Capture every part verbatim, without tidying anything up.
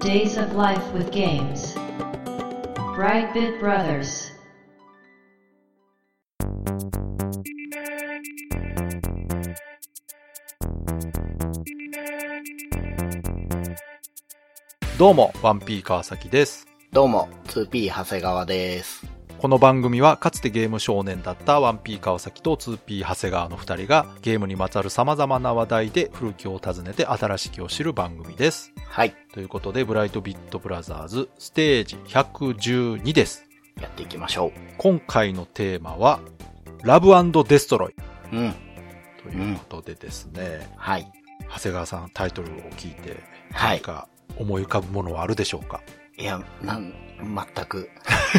Days of Life with Games Brightbit Brothers。 どうも ワンピー 川崎です。 どうも ツーピー 長谷川です。 この番組はかつてゲーム少年だった ワンピー 川崎と ツーピー 長谷川のふたりがゲームにまつわる様々な話題で古きを訪ねて新しきを知る番組です。 はい。 ということでブライトビットブラザーズステージひゃくじゅうにです。 やっていきましょう。 今回のテーマはラブ&デストロイ。 うん。 ということでですね。 うん、はい。 長谷川さんタイトルを聞いてはい何か思い浮かぶものはあるでしょうか？ いや、なん、全く。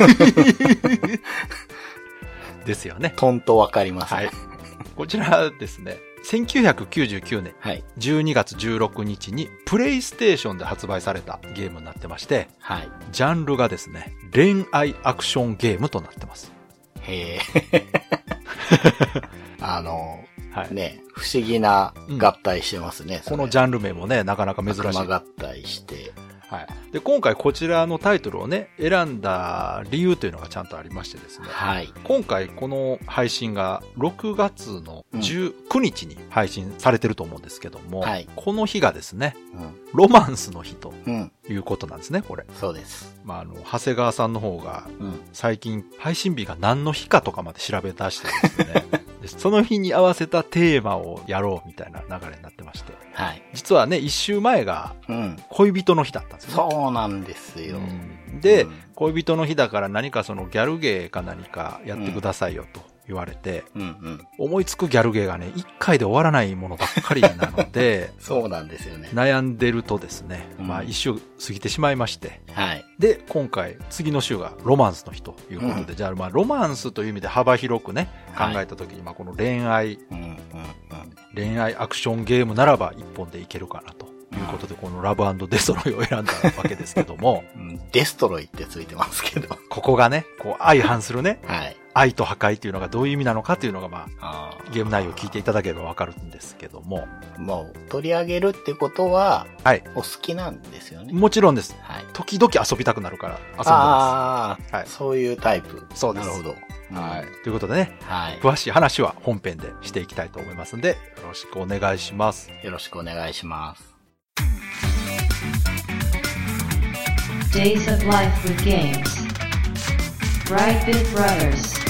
ですよね。 とんとわかりません。 はい。こちらですね、せんきゅうひゃくきゅうじゅうきゅうねんじゅうにがつじゅうろくにちにプレイステーションで発売されたゲームになってまして、 はい。 ジャンルがですね、恋愛アクションゲームとなってます。 へー。あの、 はい、 ね、不思議な合体してますね。 うん、このジャンル名もね、なかなか珍しい。 悪魔合体して。 はい。で、今回こちらのタイトルをね、選んだ理由というのがちゃんとありましてですね。 はい。 今回この配信がろくがつのじゅうくにちに配信されてると思うんですけども、はい、この日がですね、うん、ロマンスの日ということなんですね、これ。 そうです。 まあ、あの、長谷川さんの方が、最近配信日が何の日かとかまで調べ出してですね、その日に合わせたテーマをやろうみたいな流れになってまして。 はい。 実はね、一週前が、恋人の日だったんですよね。 そうなんですよ。 うん、で、うん、恋人の日だから何かそのギャルゲーか何かやってくださいよと言われて、うんうん、思いつくギャルゲーがね、一回で終わらないものばっかりなので、 そうなんですよね。 悩んでるとですね、うん、まあ一週過ぎてしまいまして、はい。で、今回、次の週がロマンスの日ということで、うん、じゃあまあロマンスという意味で幅広くね、考えたときに、まあこの恋愛、うんうんうん、恋愛アクションゲームならば一本でいけるかなと。ということで、このラブ&デストロイを選んだわけですけども。 うん、デストロイってついてますけど。 ここがね、こう相反するね。 はい。 愛と破壊というのがどういう意味なのかというのが、まあ、あゲーム内容を聞いていただければわかるんですけども。 もう、取り上げるってことは、はい。お好きなんですよね。 もちろんです。はい。時々遊びたくなるから遊んでます。 ああ、はい。そういうタイプ。 そうです。 なるほど。 はい。ということでね、 はい。 詳しい話は本編でしていきたいと思いますので、よろしくお願いします。 よろしくお願いします。 Days of Life with Games Brightbit Brothers。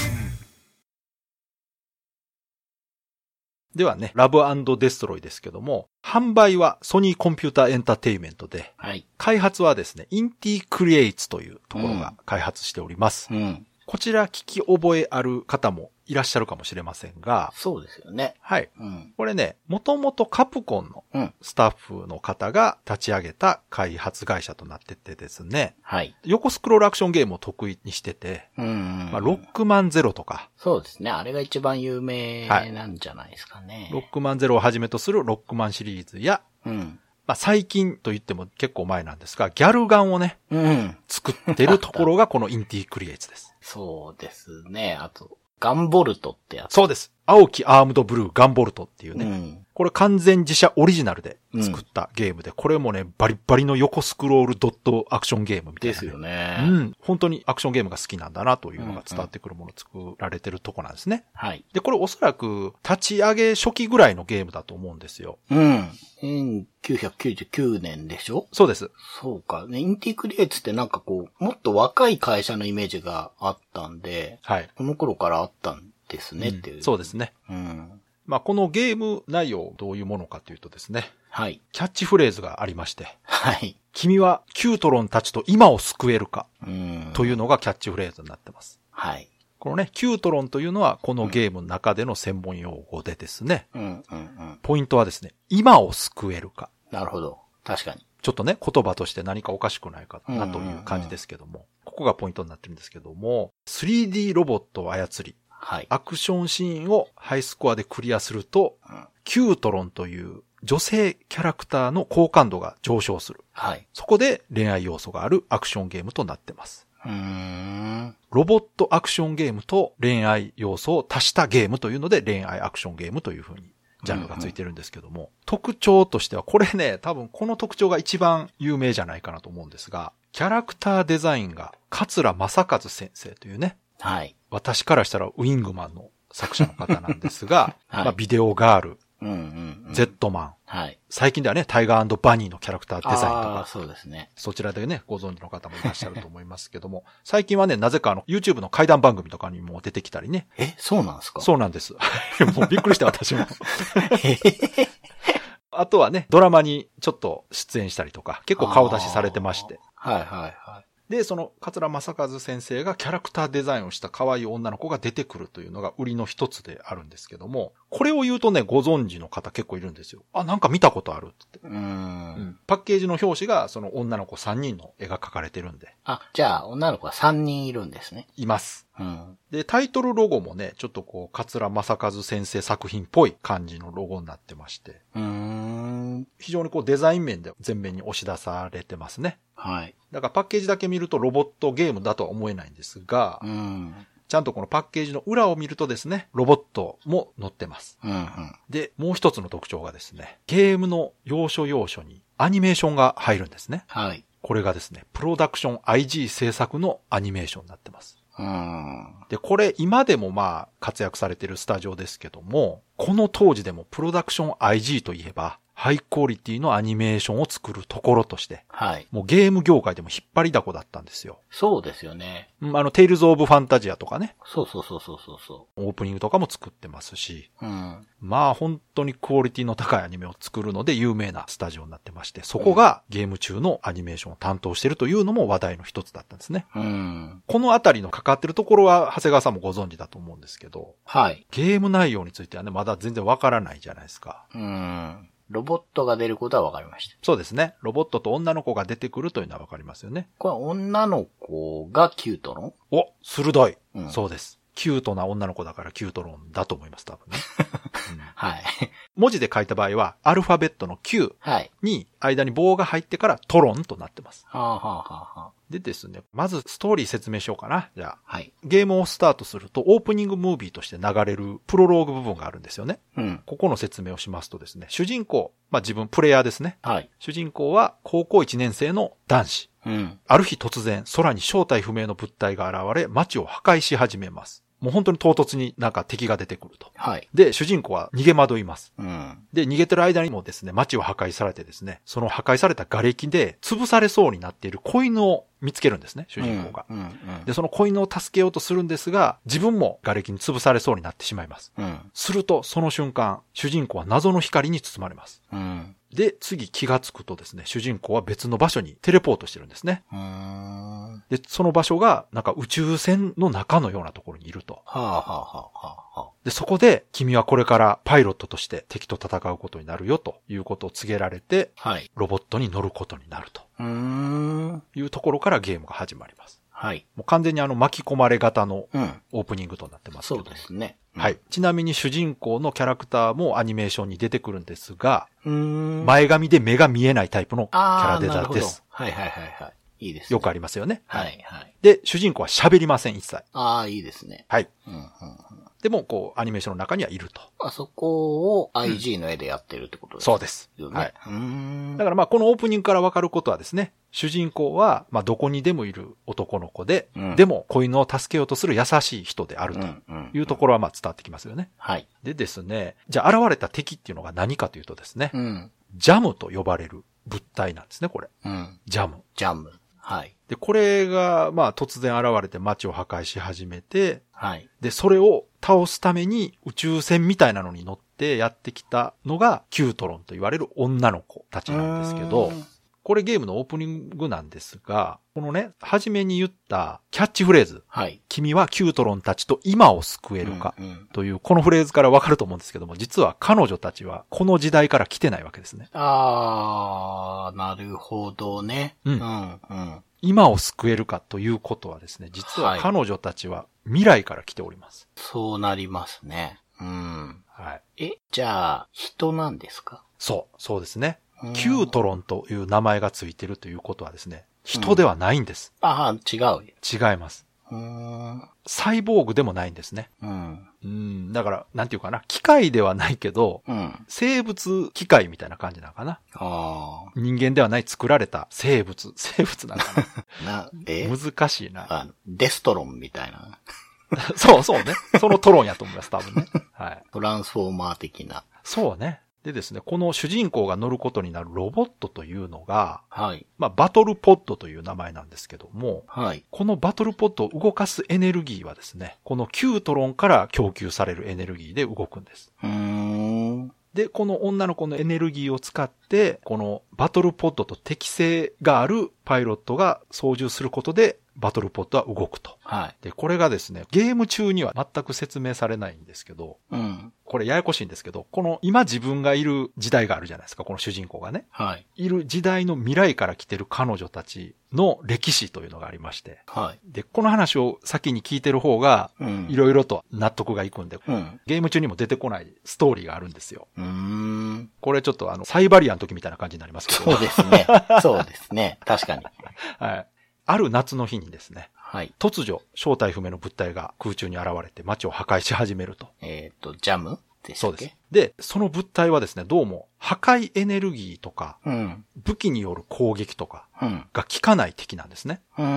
ではね、ラブ&デストロイですけども、販売はソニーコンピューターエンターテイメントで、はい、開発はですね、インティクリエイツというところが開発しております。うんうん、こちら聞き覚えある方もいらっしゃるかもしれませんが。 そうですよね。 はい。うん、これね、もともとカプコンのスタッフの方が立ち上げた開発会社となっててですね。はい。横スクロールアクションゲームを得意にしてて、うんうんうん、まあ、ロックマンゼロとか。 そうですね。あれが一番有名なんじゃないですかね。はい、 ロックマンゼロをはじめとするロックマンシリーズや、うん、まあ、最近と言っても結構前なんですが、ギャルガンをね、うん、作ってるところがこのインティクリエイツです。 そうですね。あと、ガンボルトってやつ。 そうです。青きアームドブルーガンボルトっていうね。うん、これ完全自社オリジナルで作ったゲームで、うん、これもね、バリバリの横スクロールドットアクションゲームみたいな、ね。ですよね。うん。本当にアクションゲームが好きなんだなというのが伝わってくるものを作られてるとこなんですね。はい。で、これおそらく立ち上げ初期ぐらいのゲームだと思うんですよ。 うん。せんきゅうひゃくきゅうじゅうきゅうねんでしょ？ そうです。 そうか。ね、インティクリエイツってなんかこう、もっと若い会社のイメージがあったんで、はい。この頃からあったんですねっていう、 うん。そうですね。うん。まあ、このゲーム内容どういうものかというとですね。はい。キャッチフレーズがありまして。はい。君はキュートロンたちと今を救えるか。うん。というのがキャッチフレーズになってます。はい。このね、キュートロンというのはこのゲームの中での専門用語でですね。うん、うん、うん。ポイントはですね、今を救えるか。 なるほど。確かに。 ちょっとね、言葉として何かおかしくないかなという感じですけども。うんうんうん、ここがポイントになってるんですけども、スリーディー ロボットを操り、はい、アクションシーンをハイスコアでクリアすると、うん、キュートロンという女性キャラクターの好感度が上昇する。はい、そこで恋愛要素があるアクションゲームとなってます。うーん、ロボットアクションゲームと恋愛要素を足したゲームというので恋愛アクションゲームというふうにジャンルがついてるんですけども、うんうん、特徴としては、これね、多分この特徴が一番有名じゃないかなと思うんですが、キャラクターデザインが桂正和先生というね、 はい。 私からしたらウィングマンの作者の方なんですが、はい、まあ、ビデオガール、 うんうんうん、 Z マン、 はい、 最近ではね、タイガー&バニーのキャラクターデザインとか、 そうですね。 そちらでね、ご存知の方もいらっしゃると思いますけども、最近はね、なぜかあの、YouTube の怪談番組とかにも出てきたりね。 え、そうなんですか？ そうなんです。もうびっくりして私も。あとはね、ドラマにちょっと出演したりとか、結構顔出しされてまして。 はいはいはい。 で、その、桂正和先生がキャラクターデザインをした可愛い女の子が出てくるというのが売りの一つであるんですけども、これを言うとね、ご存知の方結構いるんですよ。あ、なんか見たことあるって。 うーん、うん。 パッケージの表紙がその女の子さんにんの絵が描かれてるんで。 あ、じゃあ女の子はさんにんいるんですね。 います。 うん。 で、タイトルロゴもね、ちょっとこう、桂正和先生作品っぽい感じのロゴになってまして。 うーん。 非常にこうデザイン面で全面に押し出されてますね。 はい。 だからパッケージだけ見るとロボットゲームだとは思えないんですが、 うん、 ちゃんとこのパッケージの裏を見るとですね、ロボットも載ってます。 うんうん、 で、もう一つの特徴がですね、ゲームの要所要所にアニメーションが入るんですね。 はい。 これがですね、プロダクション アイジー 制作のアニメーションになってます。 うん、 で、これ今でもまあ活躍されているスタジオですけども、この当時でもプロダクション アイジー といえば、ハイクオリティのアニメーションを作るところとして、 はい。 もうゲーム業界でも引っ張りだこだったんですよ。 そうですよね。 あの、テイルズ・オブ・ファンタジアとかね。 そうそうそうそうそう。 オープニングとかも作ってますし、 うん。 まあ本当にクオリティの高いアニメを作るので有名なスタジオになってまして、そこがゲーム中のアニメーションを担当しているというのも話題の一つだったんですね。 うん。 このあたりの関わってるところは長谷川さんもご存知だと思うんですけど、 はい。 ゲーム内容についてはね、まだ全然わからないじゃないですか。 うん。ロボットが出ることはわかりました。 そうですね。ロボットと女の子が出てくるというのはわかりますよね。 これ女の子がキュートロン？ お、鋭い、 うん。 そうです。キュートな女の子だからキュートロンだと思います、多分ね。 うん、はい。 文字で書いた場合は、アルファベットの Q に間に棒が入ってからトロンとなってます。 はあはあはあ、 でですね、まずストーリー説明しようかな。じゃあ、 はい、 ゲームをスタートするとオープニングムービーとして流れるプロローグ部分があるんですよね。 うん、 ここの説明をしますとですね、主人公、まあ自分プレイヤーですね。 はい、 主人公は高校いちねん生の男子。 うん、 ある日突然空に正体不明の物体が現れ街を破壊し始めます。もう本当に唐突になんか敵が出てくると。 はい。 で、主人公は逃げ惑います。 うん。 で、逃げてる間にもですね、街を破壊されてですね、その破壊された瓦礫で潰されそうになっている子犬を見つけるんですね、主人公が。 うんうんうん、 で、その子犬を助けようとするんですが、自分も瓦礫に潰されそうになってしまいます。 うん、 すると、その瞬間、主人公は謎の光に包まれます。 うん、 で、次気がつくとですね、主人公は別の場所にテレポートしてるんですね。 うーんで、その場所がなんか宇宙船の中のようなところにいると。 はあ、はあはあはあはあ、 で、そこで君はこれからパイロットとして敵と戦うことになるよということを告げられて、 はい、 ロボットに乗ることになると。 うーんいうところからゲームが始まります。 はい。 もう完全にあの巻き込まれ型のオープニングとなってますけど、 うん、そうですね。 うん、はい。ちなみに主人公のキャラクターもアニメーションに出てくるんですが、 うーん前髪で目が見えないタイプのキャラデザです。 はいはいはいはい。いいですね。 よくありますよね。 はいはい。 で、主人公は喋りません、一切。 ああ、いいですね。 はい。 うんうんうん、 でも、こう、アニメーションの中にはいると。 あそこを アイジー の絵でやってるってことですか、 うん、そうです。 ね、 はい。 うーんだからまあ、このオープニングからわかることはですね、主人公は、まあ、どこにでもいる男の子で、うん、でも、子犬を助けようとする優しい人であるというところはまあ、伝わってきますよね。 はい。 でですね、じゃあ、現れた敵っていうのが何かというとですね、 うん、 ジャムと呼ばれる物体なんですね、これ。 うん、 ジャム。 ジャム。はい。 で、これが、まあ、突然現れて街を破壊し始めて、 はい。 で、それを倒すために宇宙船みたいなのに乗ってやってきたのが、キュートロンと言われる女の子たちなんですけど、これゲームのオープニングなんですが、このね、初めに言ったキャッチフレーズ。 はい。 君はキュートロンたちと今を救えるか。という、このフレーズからわかると思うんですけども、実は彼女たちはこの時代から来てないわけですね。 あー、なるほどね。 うん。 うん、うん。 今を救えるかということはですね、実は彼女たちは未来から来ております。 はい、そうなりますね。うん。 はい。 え、じゃあ、人なんですか？ そう、そうですね。キュートロンという名前がついているということはですね、人ではないんです。 うん、ああ、違う。 違います。 うーん。 サイボーグでもないんですね。 うん。 うん。だから、なんていうかな。機械ではないけど、 うん、 生物機械みたいな感じなのかな。 あ人間ではない作られた生物。生物なのかな。 な、え難しいな。 あ、デストロンみたいな。 そうそうね。そのトロンやと思います、多分ね。はい。 トランスフォーマー的な。 そうね。でですね、この主人公が乗ることになるロボットというのが、 はい。 まあ、バトルポッドという名前なんですけども、 はい。 このバトルポッドを動かすエネルギーはですね、このキュートロンから供給されるエネルギーで動くんです。 うーん。 で、この女の子のエネルギーを使って、このバトルポッドと適性があるパイロットが操縦することで、バトルポッドは動くと。 はい。 で、これがですね、ゲーム中には全く説明されないんですけど、 うん。 これややこしいんですけど、この今自分がいる時代があるじゃないですか、この主人公がね。 はい。 いる時代の未来から来てる彼女たちの歴史というのがありまして。 はい。 で、この話を先に聞いてる方が、いろいろと納得がいくんで、 うん、 ゲーム中にも出てこないストーリーがあるんですよ。 うーん。 これちょっとあの、サイバリアの時みたいな感じになりますけど。 そうですね。そうですね。確かに。 はい。ある夏の日にですね。 はい。 突如、正体不明の物体が空中に現れて街を破壊し始めると。 えっと、ジャムでしたっけ？ そうです。で、その物体はですね、どうも破壊エネルギーとか、 うん、 武器による攻撃とかが効かない敵なんですね。 うん、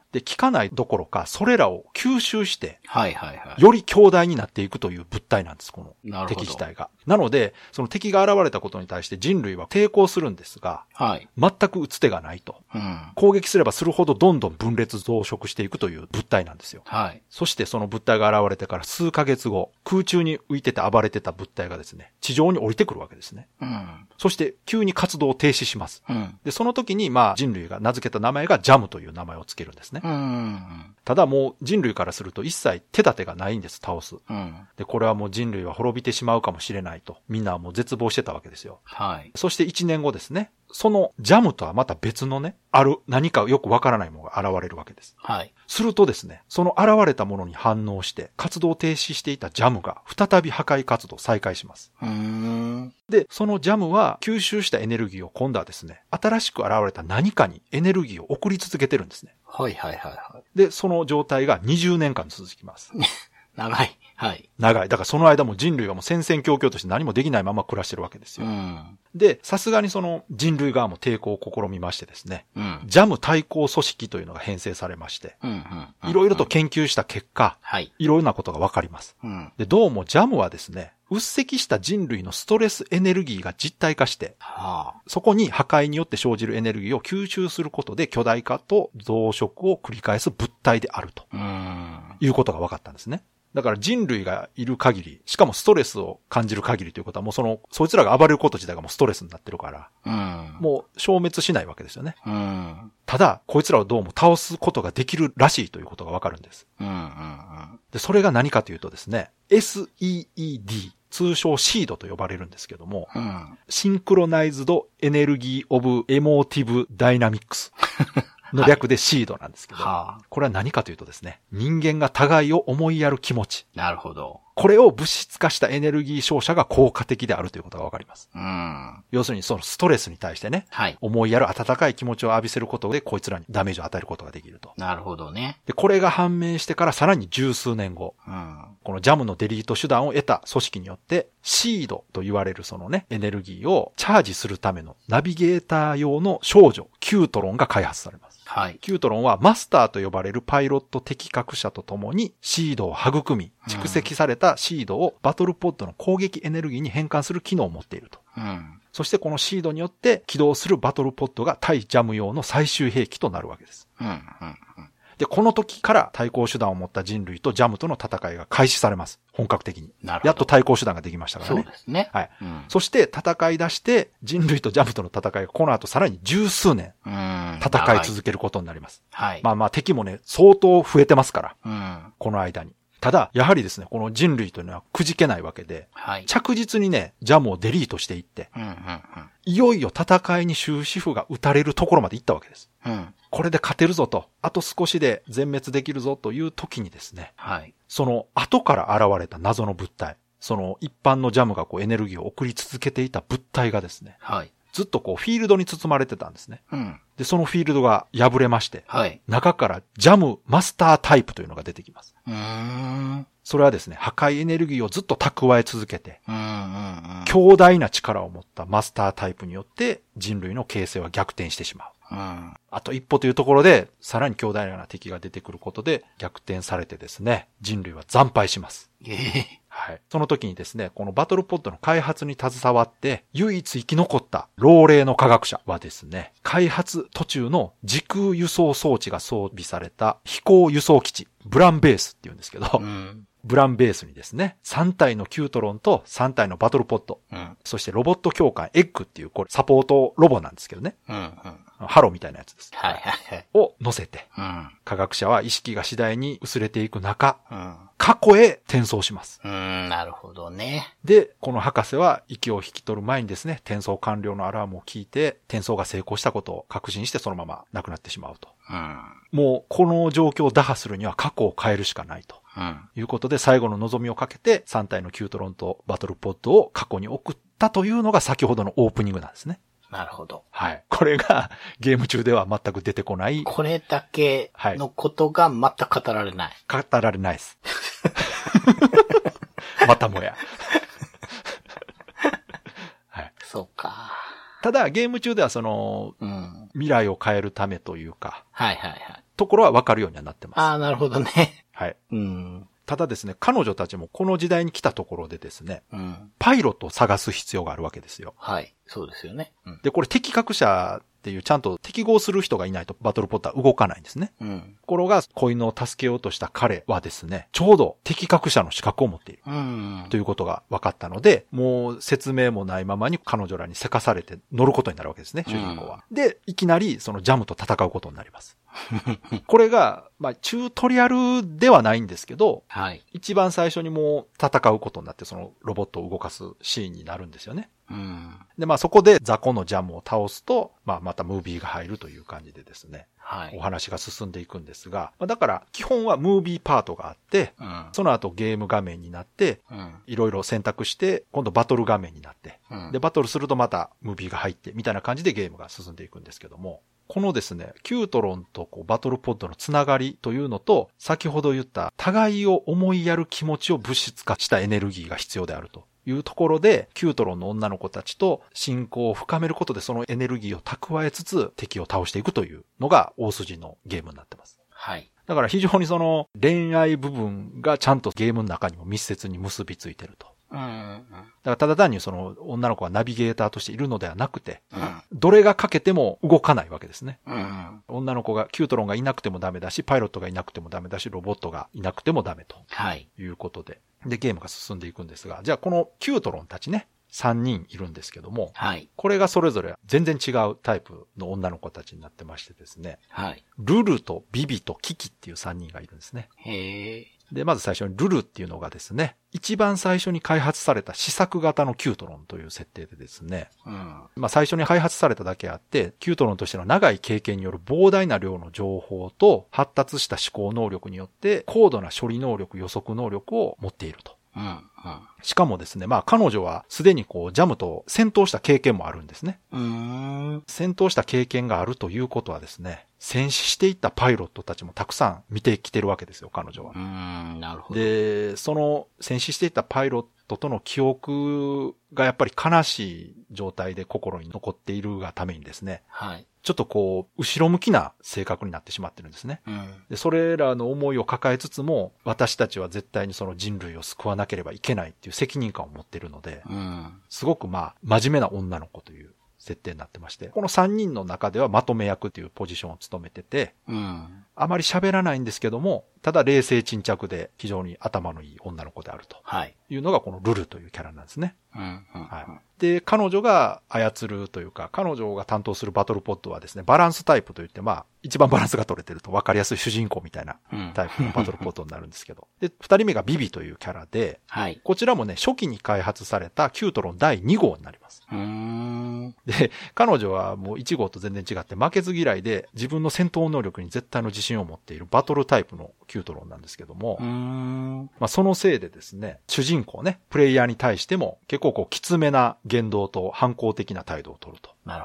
で、効かないどころか、それらを吸収して、 はいはいはい。 より強大になっていくという物体なんです、この敵自体が。なので、その敵が現れたことに対して人類は抵抗するんですが、 はい、 全く打つ手がないと、 うん。 攻撃すればするほどどんどん分裂増殖していくという物体なんですよ。 はい。 そしてその物体が現れてから数ヶ月後、空中に浮いてて暴れてた物体がですね、地上に降りてくるわけですね。 うん。 そして急に活動を停止します。 うん。 で、その時にまあ人類が名付けた名前がジャムという名前をつけるんですね。 うん。 ただもう人類からすると一切手立てがないんです、倒す。 うん。 で、これはもう人類は滅びてしまうかもしれないと。みんなはもう絶望してたわけですよ。 はい。 そして一年後ですね、そのジャムとはまた別のね、ある何かよくわからないものが現れるわけです。 はい。 するとですね、その現れたものに反応して活動停止していたジャムが再び破壊活動を再開します。 うーん。 で、そのジャムは吸収したエネルギーを今度はですね、新しく現れた何かにエネルギーを送り続けてるんですね。 はいはいはいはい。 で、その状態がにじゅうねんかん続きます。 長い。はい。 長い。だからその間も人類はもう戦々恐々として何もできないまま暮らしてるわけですよ。 うん、 で、さすがにその人類側も抵抗を試みましてですね、 うん、 ジャム対抗組織というのが編成されまして、いろいろと研究した結果、はい、いろいろなことがわかります、うん。で、どうもジャムはですね、うっせきした人類のストレスエネルギーが実体化して、はあ、そこに破壊によって生じるエネルギーを吸収することで巨大化と増殖を繰り返す物体であると、うん、いうことが分かったんですね。だから人類がいる限り、しかもストレスを感じる限りということはもうその、そいつらが暴れること自体がもうストレスになってるから、うん、もう消滅しないわけですよね。うん、ただ、こいつらをどうも倒すことができるらしいということがわかるんです。うんうんうん、で、それが何かというとですね、エスイーイーディー、通称シードと呼ばれるんですけども、うん、シンクロナイズドエネルギーオブエモーティブダイナミックス。の略でシードなんですけど、はい、これは何かというとですね、人間が互いを思いやる気持ち。 なるほど。 これを物質化したエネルギー照射が効果的であるということがわかります。 うん、 要するにそのストレスに対してね、はい、思いやる温かい気持ちを浴びせることでこいつらにダメージを与えることができると。 なるほどね。 で、これが判明してからさらに十数年後、うん、このジャムのデリート手段を得た組織によってシードと言われるそのね、エネルギーをチャージするためのナビゲーター用の少女、キュートロンが開発されます。はい。キュートロンはマスターと呼ばれるパイロット適格者と共にシードを育み、蓄積されたシードをバトルポッドの攻撃エネルギーに変換する機能を持っていると。うん、そしてこのシードによって起動するバトルポッドが対ジャム用の最終兵器となるわけです。うんうんうん、で、この時から対抗手段を持った人類とジャムとの戦いが開始されます。本格的に。なるほど。やっと対抗手段ができましたからね。 そうですね。 はい。うん、そして戦い出して人類とジャムとの戦いがこの後さらに十数年戦い続けることになります。はい。まあまあ敵もね、相当増えてますから。うん、この間に。ただ、やはりですね、この人類というのはくじけないわけで、はい、着実にね、ジャムをデリートしていって、うんうんうん、いよいよ戦いに終止符が打たれるところまで行ったわけです。うん、これで勝てるぞと、あと少しで全滅できるぞという時にですね、はい、その後から現れた謎の物体、その一般のジャムがこうエネルギーを送り続けていた物体がですね、はい、ずっとこうフィールドに包まれてたんですね。うん、 で、そのフィールドが破れまして、 はい。 中からジャムマスタータイプというのが出てきます。 うーん。 それはですね、破壊エネルギーをずっと蓄え続けて、 うんうんうん、 強大な力を持ったマスタータイプによって人類の形勢は逆転してしまう。 うん、 あと一歩というところで、さらに強大な敵が出てくることで逆転されてですね、人類は惨敗します。 えーはい。その時にですね、このバトルポッドの開発に携わって、唯一生き残った老齢の科学者はですね、開発途中の時空輸送装置が装備された飛行輸送基地、ブランベースって言うんですけど、 うんブランベースにですね、さん体のキュートロンとさん体のバトルポッド、 うん、 そしてロボット教官エッグっていうこれサポートロボなんですけどね、 うんうん、 ハローみたいなやつです。 はいはいはい。 を乗せて、 うん、 科学者は意識が次第に薄れていく中、 うん、 過去へ転送します。 うーん、なるほどね。 で、この博士は息を引き取る前にですね、転送完了のアラームを聞いて、転送が成功したことを確信してそのまま亡くなってしまうと。 うん、 もうこの状況を打破するには過去を変えるしかないと。 うん、 いうことで最後の望みをかけてさん体のキュートロンとバトルポッドを過去に送ったというのが先ほどのオープニングなんですね。 なるほど。 はい。これがゲーム中では全く出てこない。 これだけのことが全く語られない。 はい、語られないです。またもや。はい。 そうか。 ただゲーム中ではその、うん、未来を変えるためというか。 はいはいはい。 ところは分かるようにはなってます。 ああ、なるほどね。 はい。 うん。 ただですね、彼女たちもこの時代に来たところでですね、 うん、 パイロットを探す必要があるわけですよ。 はい。そうですよね。 うん、で、これ敵格者っていうちゃんと適合する人がいないとバトルポッター動かないんですね。 うん、 ところが、子犬を助けようとした彼はですね、ちょうど敵格者の資格を持っている。 うん、 ということが分かったので、もう説明もないままに彼女らにせかされて乗ることになるわけですね、主人公は。うん、で、いきなりそのジャムと戦うことになります。これが、まあ、チュートリアルではないんですけど、 はい、 一番最初にもう戦うことになって、そのロボットを動かすシーンになるんですよね。 うん、 で、まあそこで雑魚のジャムを倒すと、まあまたムービーが入るという感じでですね。 はい、 お話が進んでいくんですが、だから基本はムービーパートがあって、うん、その後ゲーム画面になって、いろいろ選択して、今度バトル画面になって、うん、で、バトルするとまたムービーが入って、みたいな感じでゲームが進んでいくんですけども、このですね、キュートロンとこうバトルポッドのつながりというのと、先ほど言った互いを思いやる気持ちを物質化したエネルギーが必要であるというところで、キュートロンの女の子たちと親交を深めることでそのエネルギーを蓄えつつ敵を倒していくというのが大筋のゲームになってます。 はい。 だから非常にその恋愛部分がちゃんとゲームの中にも密接に結びついてると。 うんうん、 だからただ単にその女の子がナビゲーターとしているのではなくて、 うん、 どれがかけても動かないわけですね、 うん。 女の子が、キュートロンがいなくてもダメだし、パイロットがいなくてもダメだし、ロボットがいなくてもダメと。 はい。 いうことで。で、ゲームが進んでいくんですが、じゃあこのキュートロンたちね、さんにんいるんですけども、 はい。 これがそれぞれ全然違うタイプの女の子たちになってましてですね。 はい。 ルルとビビとキキっていうさんにんがいるんですね。 へー。 で、まず最初にルルっていうのがですね、一番最初に開発された試作型のキュートロンという設定でですね、 うん、 まあ最初に開発されただけあって、キュートロンとしての長い経験による膨大な量の情報と発達した思考能力によって高度な処理能力、予測能力を持っていると。 うんうん、 しかもですね、まあ彼女はすでにこうジャムと戦闘した経験もあるんですね。 うーん、 戦闘した経験があるということはですね、戦死していったパイロットたちもたくさん見てきてるわけですよ、彼女は。 うーん、なるほど。 で、その戦死していったパイロットとの記憶がやっぱり悲しい状態で心に残っているがためにですね、 はい。 ちょっとこう、後ろ向きな性格になってしまってるんですね。 うん、 で、それらの思いを抱えつつも、私たちは絶対にその人類を救わなければいけないっていう責任感を持っているので、 うん、 すごくまあ、真面目な女の子という設定になってまして、このさんにんの中ではまとめ役というポジションを務めてて、 うん、 あまり喋らないんですけども、ただ冷静沈着で非常に頭のいい女の子であるというのがこのルルというキャラなんですね。 うんうんうん、 はい。で、彼女が操るというか、彼女が担当するバトルポッドはですね、バランスタイプといって、まあ、一番バランスが取れてると分かりやすい主人公みたいなタイプのバトルポッドになるんですけど。で、二人目がビビというキャラで、 はい、 こちらもね、初期に開発されたキュートロンだいに号になります。 うーん、 で、彼女はもういち号と全然違って負けず嫌いで、自分の戦闘能力に絶対の自信を持っているバトルタイプのキュートロンなんですけども、 うーん、 まあそのせいでですね、主人公ね、プレイヤーに対しても結構こうきつめな言動と反抗的な態度を取ると。 なるほど。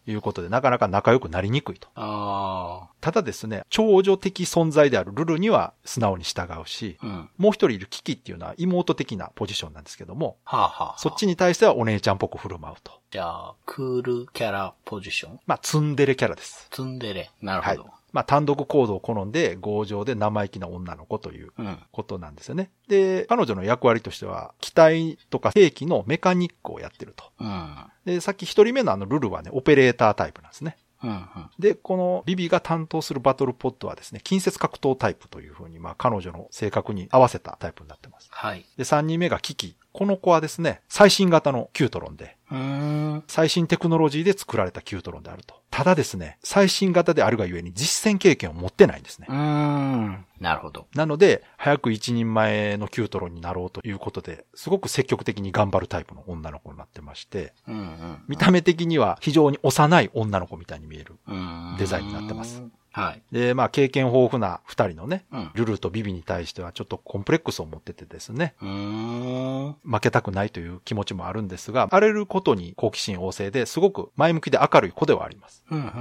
いうことで、なかなか仲良くなりにくいと。 あただですね、長女的存在であるルルには素直に従うし、うん、もう一人いるキキっていうのは妹的なポジションなんですけども、 はあはあはあ、 そっちに対してはお姉ちゃんっぽく振る舞うと。 じゃあ、クールキャラポジション？ まあ、ツンデレキャラです。 ツンデレ。なるほど。 はい、まあ、単独行動を好んで強情で生意気な女の子ということなんですよね。うん、で、彼女の役割としては、機体とか兵器のメカニックをやってると。うん、で、さっき一人目のあのルルはね、オペレータータイプなんですね。うんうん、で、このビビが担当するバトルポッドはですね、近接格闘タイプというふうに、まあ彼女の性格に合わせたタイプになってます。 はい。 で、さんにんめがキキ。この子はですね、最新型のキュートロンで、 うーん最新テクノロジーで作られたキュートロンであると。ただですね、最新型であるがゆえに実戦経験を持ってないんですね。 うーん。なるほど。 なので、早く一人前のキュートロンになろうということで、すごく積極的に頑張るタイプの女の子になってまして、 うんうんうん、 見た目的には非常に幼い女の子みたいに見えるデザインになってます。 はい。 で、まあ、経験豊富な二人のね、 うん、 ルルとビビに対してはちょっとコンプレックスを持っててですね、 うーん負けたくないという気持ちもあるんですが、荒れることに好奇心旺盛ですごく前向きで明るい子ではあります。 うんうんうん、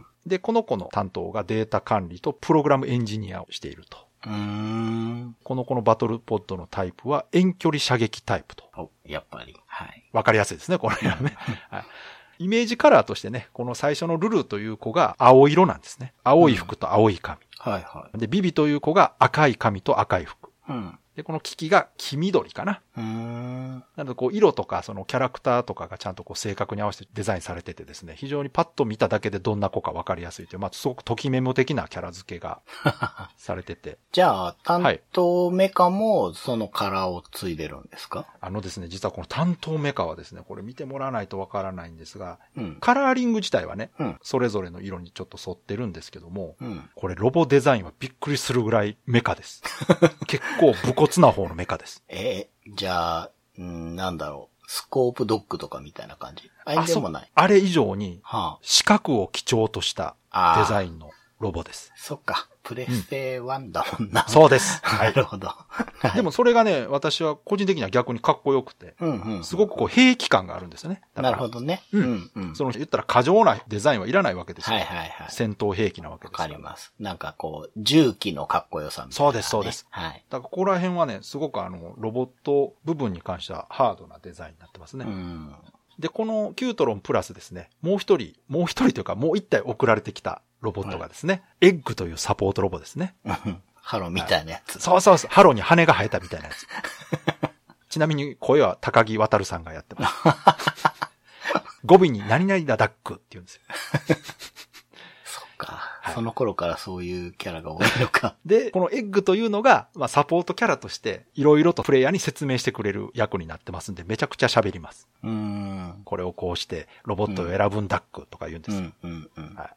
で、この子の担当がデータ管理とプログラムエンジニアをしていると。 うーんこの子のバトルポッドのタイプは遠距離射撃タイプと。 お、やっぱり。はい。 わかりやすいですね、これはね。はいイメージカラーとしてね、この最初のルルという子が青色なんですね。青い服と青い髪。 うん、はいはい。 で、ビビという子が赤い髪と赤い服。 うん。 で、このキキが黄緑かな。 うーんなので、こう、色とか、そのキャラクターとかがちゃんとこう、正確に合わせてデザインされててですね、非常にパッと見ただけでどんな子かわかりやすいという、まあ、すごくときメモ的なキャラ付けがされてて。 じゃあ、担当メカもそのカラーを継いでるんですか？ あのですね、実はこの担当メカはですね、これ見てもらわないとわからないんですが、 うん、 カラーリング自体はね、 うん、 それぞれの色にちょっと沿ってるんですけども、 うん、 これロボデザインはびっくりするぐらいメカです。結構武骨な方のメカです。 えー、じゃあ、んなんだろう。スコープドッグとかみたいな感じ。あれでもない。 あ, あれ以上に、 はあ、 視覚を基調としたデザインのロボです。 そっか。プレステワンだもんな。 うん、そうです。 なるほど。 でもそれがね、私は個人的には逆にかっこよくて、 うんうんうん、 すごくこう兵器感があるんですよね。 なるほどね。 うん。うん、その言ったら過剰なデザインはいらないわけですよ。 はいはいはい。 戦闘兵器なわけです。 わかります。なんかこう、重機のかっこよさみたいな、ね。 そうですそうです。 はい。 だからここら辺はね、すごくあの、ロボット部分に関してはハードなデザインになってますね。 うん。 で、このキュートロンプラスですね、もう一人、もう一人というかもう一体送られてきたロボットがですね、うん、エッグというサポートロボですね。 ハロみたいなやつ。 そうそうそう、ハロに羽が生えたみたいなやつ。ちなみに声は高木渡さんがやってます。語尾に何々だダックって言うんですよ。 そっか、はい。その頃からそういうキャラが多いのか。 で、このエッグというのが、まあ、サポートキャラとしていろいろとプレイヤーに説明してくれる役になってますんで、めちゃくちゃ喋ります。 うーん。 これをこうしてロボットを選ぶんダックとか言うんですよ。 うんうんうんうん、はい。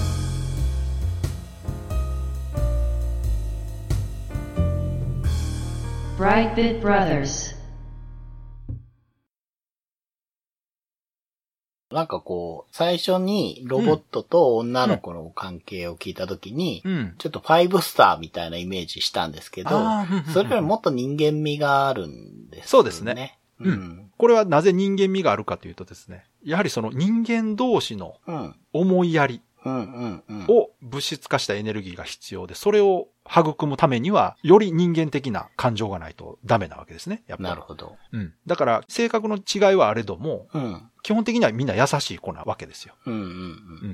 Brightbit Brothers。 なんかこう、最初にロボットと女の子の関係を聞いたときに、うん、ちょっとファイブスターみたいなイメージしたんですけど、それよりもっと人間味があるんですね。 そうですね。 うん。 これはなぜ人間味があるかというとですね、やはりその人間同士の思いやりを物質化したエネルギーが必要で、それを育むためには、より人間的な感情がないとダメなわけですね。やっぱり。 なるほど。 うん。だから、性格の違いはあれども、 うん、 基本的にはみんな優しい子なわけですよ。 うんうんうん。うん、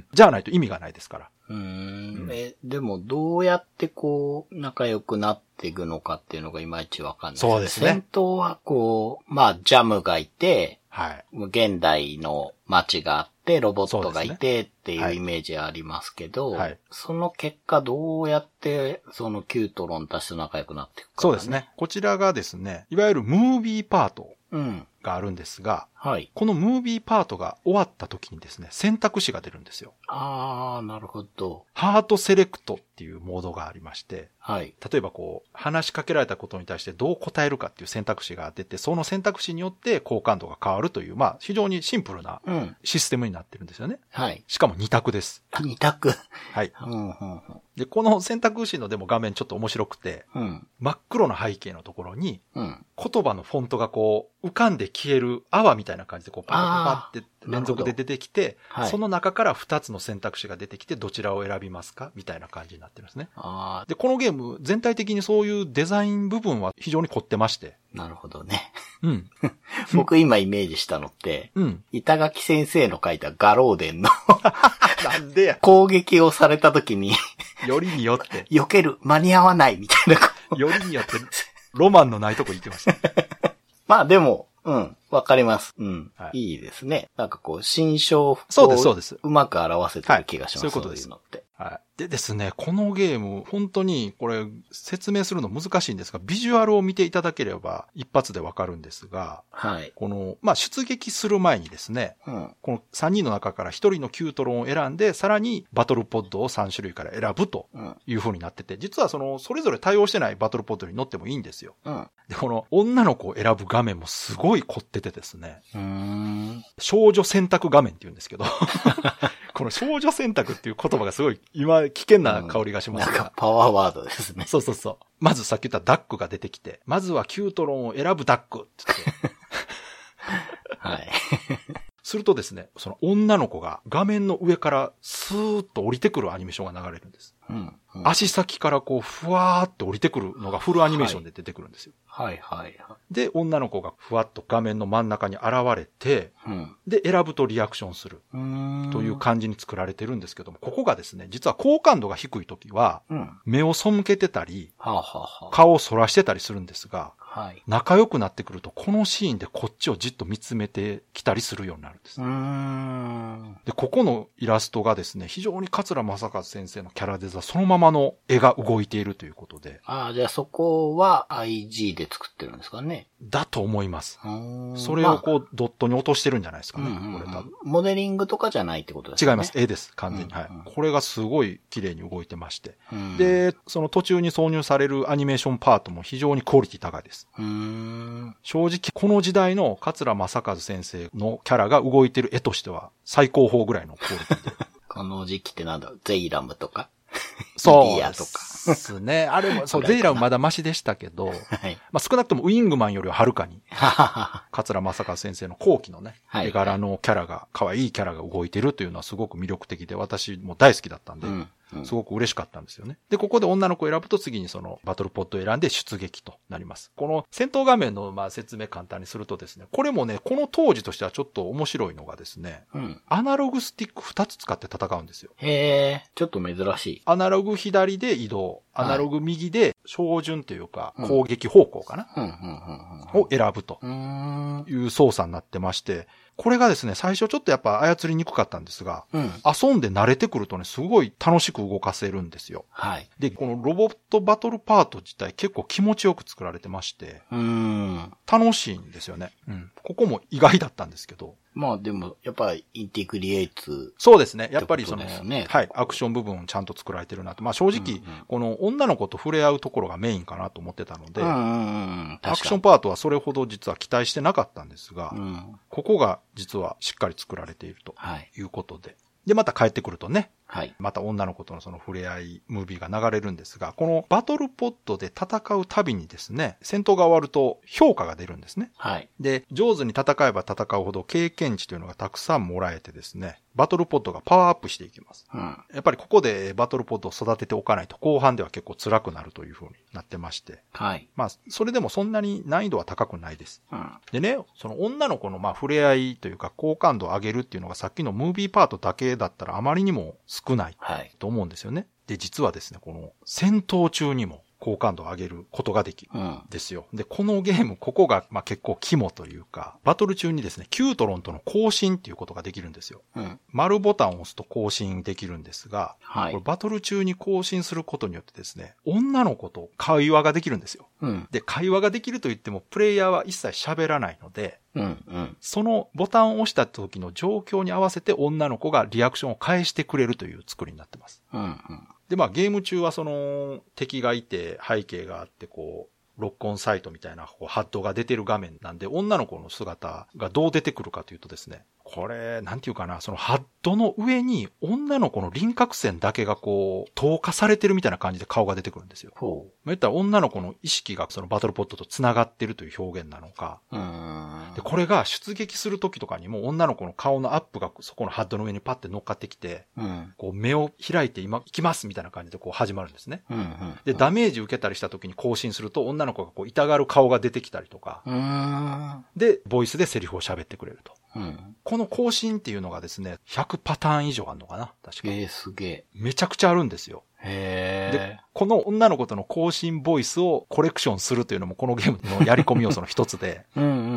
じゃあないと意味がないですから。 うーん、うん。え、でも、どうやってこう、仲良くなっていくのかっていうのがいまいちわかんない。 そうですね。 戦闘はこう、まあ、ジャムがいて、 はい。 現代の街があって、ロボットがいてっていうイメージありますけど、 はい、 その結果どうやってそのキュートロンたちと仲良くなっていくか、ね、 そうですね。こちらがですね、いわゆるムービーパートがあるんですが、 うん、はい。 このムービーパートが終わった時にですね、選択肢が出るんですよ。 あー、なるほど。 ハートセレクトっていうモードがありまして、 はい。 例えばこう、話しかけられたことに対してどう答えるかっていう選択肢が出て、その選択肢によって好感度が変わるという、まあ非常にシンプルなシステムになってるんですよね。 うん、はい。 しかもに択です。 に択はい、 うんうんうん。 で、この選択肢のでも画面ちょっと面白くて、 うん、 真っ黒な背景のところに、 うん、 言葉のフォントがこう、浮かんで消える泡みたいないな感じでこうパパパパって連続で出てきて、はい、その中からふたつの選択肢が出てきてどちらを選びますかみたいな感じになってるんですね。あで、このゲーム全体的にそういうデザイン部分は非常に凝ってまして。 なるほどね。 うん。 僕今イメージしたのって、うん、板垣先生の書いたガローデンのなんでや攻撃をされた時によりによって避ける間に合わないみたいなよりによってロマンのないとこ言ってました。 まあでも、うん、わかります。うん、はい。いいですね。なんかこう、心象をそうです、そうです。 うまく表せてる気がします。 はい、そういうことです。 そういうのって。 はい。でですね、このゲーム、本当に、これ、説明するの難しいんですが、ビジュアルを見ていただければ、一発でわかるんですが、はい。この、まあ、出撃する前にですね、うん、このさんにんの中からひとりのキュートロンを選んで、さらにバトルポッドをさん種類から選ぶという風になってて、実はその、それぞれ対応してないバトルポッドに乗ってもいいんですよ。うん。で、この、女の子を選ぶ画面もすごい凝っててですね、うーん少女選択画面って言うんですけど、この少女選択っていう言葉がすごい今危険な香りがしますが、 うん、なんかパワーワードですね。 そうそうそう。まずさっき言ったダックが出てきて、まずはキュートロンを選ぶダックって言って。はい。するとですね、その女の子が画面の上からスーッと降りてくるアニメーションが流れるんです。うんうん、足先からこうふわーって降りてくるのがフルアニメーションで出てくるんですよ。 はい、はい、はいはい。 で、女の子がふわっと画面の真ん中に現れて、うん、で、選ぶとリアクションするという感じに作られてるんですけども、ここがですね、実は好感度が低いときは、うん、目を背けてたり、はあはあ、顔を反らしてたりするんですが、はい、仲良くなってくると、このシーンでこっちをじっと見つめてきたりするようになるんです。うーんで、ここのイラストがですね、非常に桂正和先生のキャラデザそのままの絵が動いているということで。 ああ、じゃあそこは アイジー で作ってるんですかね。 だと思います。それをこうドットに落としてるんじゃないですかね。 まあ、 これ多分モデリングとかじゃないってことですね。 違います。絵です。完全に。うんうん、はい。これがすごい綺麗に動いてまして。で、その途中に挿入されるアニメーションパートも非常にクオリティ高いです。うーん正直、この時代の桂正和先生のキャラが動いてる絵としては最高峰ぐらいのクオリティで。 この時期ってなんだろう、ゼイラムとかそうですね。あれも、そう、ゼイラムまだマシでしたけど、はい、まあ少なくともウィングマンよりははるかに、桂正和先生の後期のね、絵柄のキャラが、可愛いキャラが動いてるというのはすごく魅力的で、私も大好きだったんで、うんすごく嬉しかったんですよね。で、ここで女の子を選ぶと次にそのバトルポッドを選んで出撃となります。この戦闘画面のまあ説明簡単にするとですね、これもね、この当時としてはちょっと面白いのがですね、うん、アナログスティックふたつ使って戦うんですよ。 へー、ちょっと珍しい。 アナログ左で移動、アナログ右で照準というか攻撃方向かな、を選ぶという操作になってまして、これがですね、最初ちょっとやっぱ操りにくかったんですが、うん、遊んで慣れてくるとね、すごい楽しく動かせるんですよ。はい。で、このロボットバトルパート自体結構気持ちよく作られてまして、うーん楽しいんですよね。うん。ここも意外だったんですけど。 まあでも、やっぱりインティグリエイツ、 そうですね。やっぱりその、ね、はい、アクション部分をちゃんと作られてるなと。まあ正直、うんうん、この女の子と触れ合うところがメインかなと思ってたので、うんうんうん、アクションパートはそれほど実は期待してなかったんですが、うん、ここが実はしっかり作られているということで。はいで、また帰ってくるとね、はい。また女の子とのその触れ合いムービーが流れるんですが、このバトルポッドで戦うたびにですね、戦闘が終わると評価が出るんですね。はい。で、上手に戦えば戦うほど経験値というのがたくさんもらえてですね、バトルポッドがパワーアップしていきます。うん。やっぱりここでバトルポッドを育てておかないと後半では結構辛くなるという風になってまして。はい。まあ、それでもそんなに難易度は高くないです。うん。でね、その女の子のまあ触れ合いというか好感度を上げるっていうのがさっきのムービーパートだけだったらあまりにも少ないと思うんですよね。はい、で、実はですね、この戦闘中にも好感度を上げることができるんですよ。うん、で、このゲーム、ここがまあ結構肝というか、バトル中にですね、キュートロンとの交信っていうことができるんですよ。うん、丸ボタンを押すと交信できるんですが、はい、これバトル中に交信することによってですね、女の子と会話ができるんですよ。うん、で、会話ができると言っても、プレイヤーは一切喋らないので、うんうん、そのボタンを押した時の状況に合わせて女の子がリアクションを返してくれるという作りになってます。うんうん、で、まあゲーム中はその敵がいて背景があってこう、ロックオンサイトみたいなこうハッドが出てる画面なんで女の子の姿がどう出てくるかというとですね、 これ、なんていうかな、そのハッドの上に女の子の輪郭線だけがこう、透過されてるみたいな感じで顔が出てくるんですよ。ほう。言ったら女の子の意識がそのバトルポットと繋がってるという表現なのか。うーん。で、これが出撃する時とかにも女の子の顔のアップがそこのハッドの上にパッて乗っかってきて、うん、こう目を開いて今行きますみたいな感じでこう始まるんですね。うんうんうん、で、ダメージ受けたりした時に更新すると女の子がこう痛がる顔が出てきたりとか。うーん。で、ボイスでセリフを喋ってくれると。うん、この更新っていうのがですね、ひゃくパターン以上あるのかな確かに。 えー、すげえ。 めちゃくちゃあるんですよ。へー。で、この女の子との更新ボイスをコレクションするというのもこのゲームのやり込み要素の一つで、うんうんうんうん、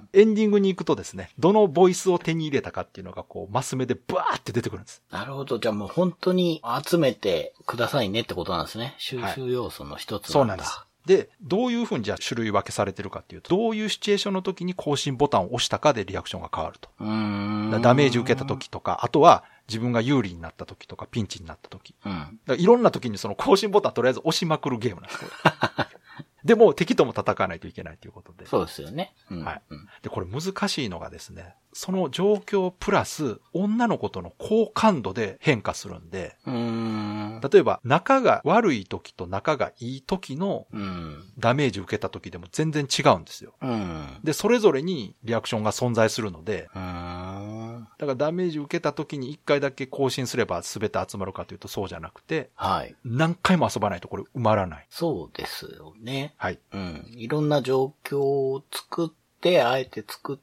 エンディングに行くとですね、どのボイスを手に入れたかっていうのがこう、マス目でブワーって出てくるんです。 なるほど。じゃあもう本当に集めてくださいねってことなんですね。収集要素の一つなんだ。はい、そうなんです。 で、どういう風にじゃあ種類分けされてるかっていうと、どういうシチュエーションの時に更新ボタンを押したかでリアクションが変わると。うーんダメージ受けた時とか、あとは自分が有利になった時とか、ピンチになった時。うん、だからいろんな時にその更新ボタンとりあえず押しまくるゲームなんです。でも敵とも戦わないといけないということで。 そうですよね。うん、 はい。で、これ難しいのがですね、その状況プラス女の子との好感度で変化するんで、うーん例えば仲が悪い時と仲がいい時のダメージ受けた時でも全然違うんですよ。うんで、それぞれにリアクションが存在するので、うーんだからダメージ受けた時に一回だけ更新すれば全て集まるかというとそうじゃなくて、はい、何回も遊ばないとこれ埋まらない。 そうですよね。はい。うん。いろんな状況を作って、あえて作って、